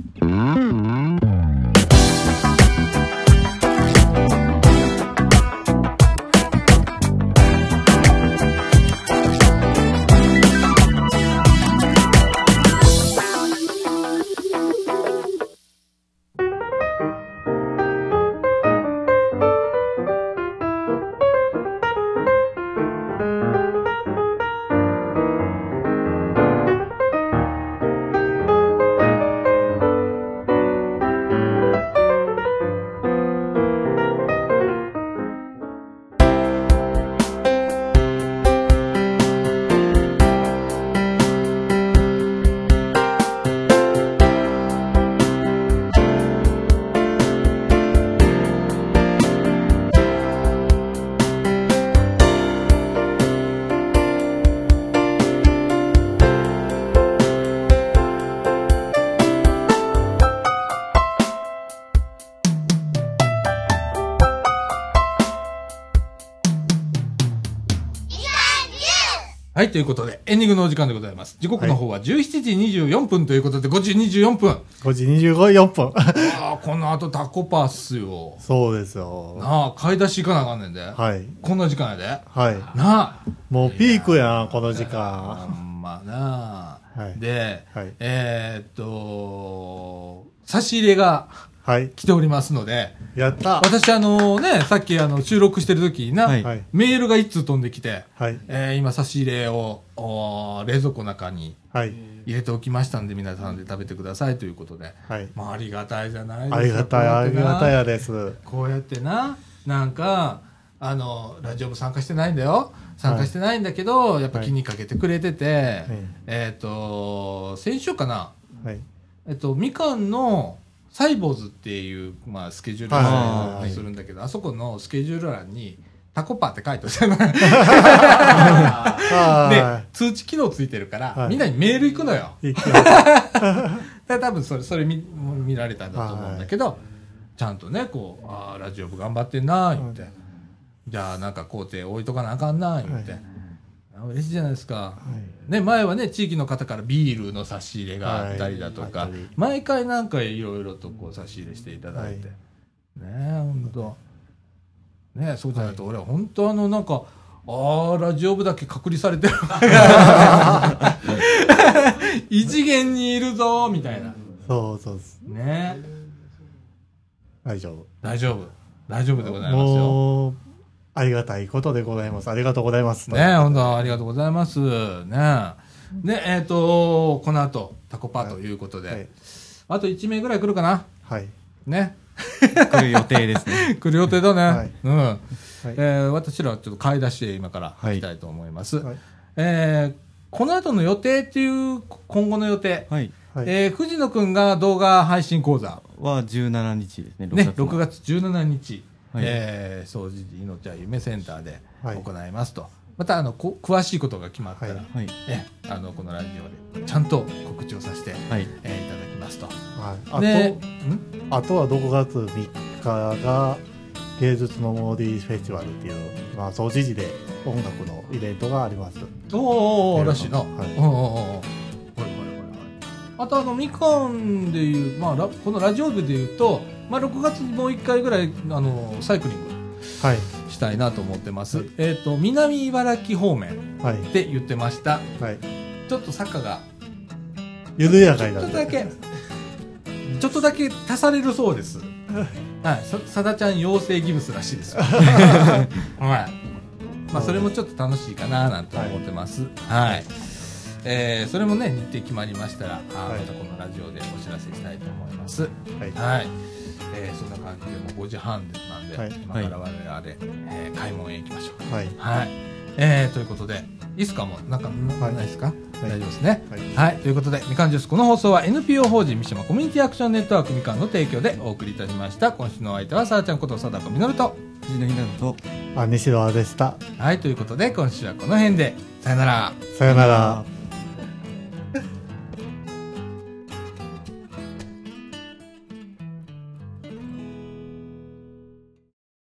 Speaker 1: はい、ということで、エンディングのお時間でございます。時刻の方は17時24分ということで、5時24分。
Speaker 3: 5時24分。
Speaker 1: この後タコパっすよ。
Speaker 3: そうですよ。
Speaker 1: なあ、買い出し行かなあかんねんで。
Speaker 3: はい。
Speaker 1: こんな時間やで。
Speaker 3: はい。
Speaker 1: なあ。
Speaker 3: もうピークやん、この時間。
Speaker 1: まあなあ。
Speaker 3: はい。
Speaker 1: で、差し入れが、来ておりますので。
Speaker 3: やった
Speaker 1: 私さっき収録してる時にな、メールが1通飛んできて、今差し入れを冷蔵庫の中に入れておきましたんで、皆さんで食べてくださいということで、まあありがたいじゃないですか。
Speaker 3: ありがたいやです。
Speaker 1: こうやってな、なんか、ラジオ部参加してないんだよ。参加してないんだけど、やっぱ気にかけてくれてて、先週かな、みかんの、サイボーズっていう、まあ、スケジュール欄をするんだけど、あそこのスケジュール欄にタコパって書いておいてで、通知機能ついてるから、みんなにメール行くのよ。多分それ見られたんだと思うんだけど、ちゃんとね、こう、ラジオ部頑張ってんな、言って。じゃあなんか工程置いとかなあかんな、言って。嬉しいじゃないですか。ね、前はね、地域の方からビールの差し入れがあったりだとか、毎回なんかいろいろとこう差し入れしていただいて。ねえ、ほんと。ねえ、そうじゃないと俺は本当なんか、ラジオ部だけ隔離されてる。異次元にいるぞ、みたいな。
Speaker 3: そうそうです
Speaker 1: ね。
Speaker 3: 大丈夫
Speaker 1: でございますよ。もう
Speaker 3: ありがたいことでございます。ありがとうございます
Speaker 1: ね。本当ありがとうございますね。でこの後タコパということで、はい、あと1名ぐらい来るかな。
Speaker 3: はい
Speaker 1: ね。
Speaker 2: 来る予定ですね。
Speaker 1: 来る予定だね。はい、うん。
Speaker 3: はい
Speaker 1: 私らはちょっと買い出しで今から行きたいと思います。はい、この後の予定っていう今後の予定。はい。藤野くんが動画配信講座
Speaker 2: は17日ですね。
Speaker 1: 6月17日、はい、総持寺命は夢センターで行いますと。また詳しいことが決まったら、はい、このラジオでちゃんと告知をさせて、はいいただきますと。
Speaker 3: はい、あとは6月3日が芸術のモーディーフェスティバルっていう、まあ、総持寺で音楽のイベントがあります。
Speaker 1: おーらしいな。はい。あとみかんでいう、まあ、このラジオ部でいうと、まあ、6月にもう1回ぐらいサイクリングしたいなと思ってます、はい、南茨城方面って言ってました、はい、ちょっと坂が
Speaker 3: 緩やかになる、
Speaker 1: ちょっとだけ足されるそうです。はい、さだちゃん養成ギブスらしいですよ。はい、まあ、それもちょっと楽しいかななんて思ってます。はい、はい、それもね日程決まりましたら、またこのラジオでお知らせしたいと思います。はい、はい、そんな感じでもう5時半なんで、はい、今から我々、開門へ行きましょう。はい、はい、ということでいいですか、もうなんかないですか、はい、大丈夫ですね。はい、はい、ということでみかんジュース、この放送は NPO 法人三島コミュニティアクションネットワークみかんの提供でお送りいたしました。今週のお相手はさあちゃんこと貞子みのると
Speaker 2: 藤野ひなと
Speaker 3: 西野でした。
Speaker 1: はい、ということで今週はこの辺でさよなら。
Speaker 3: さよなら。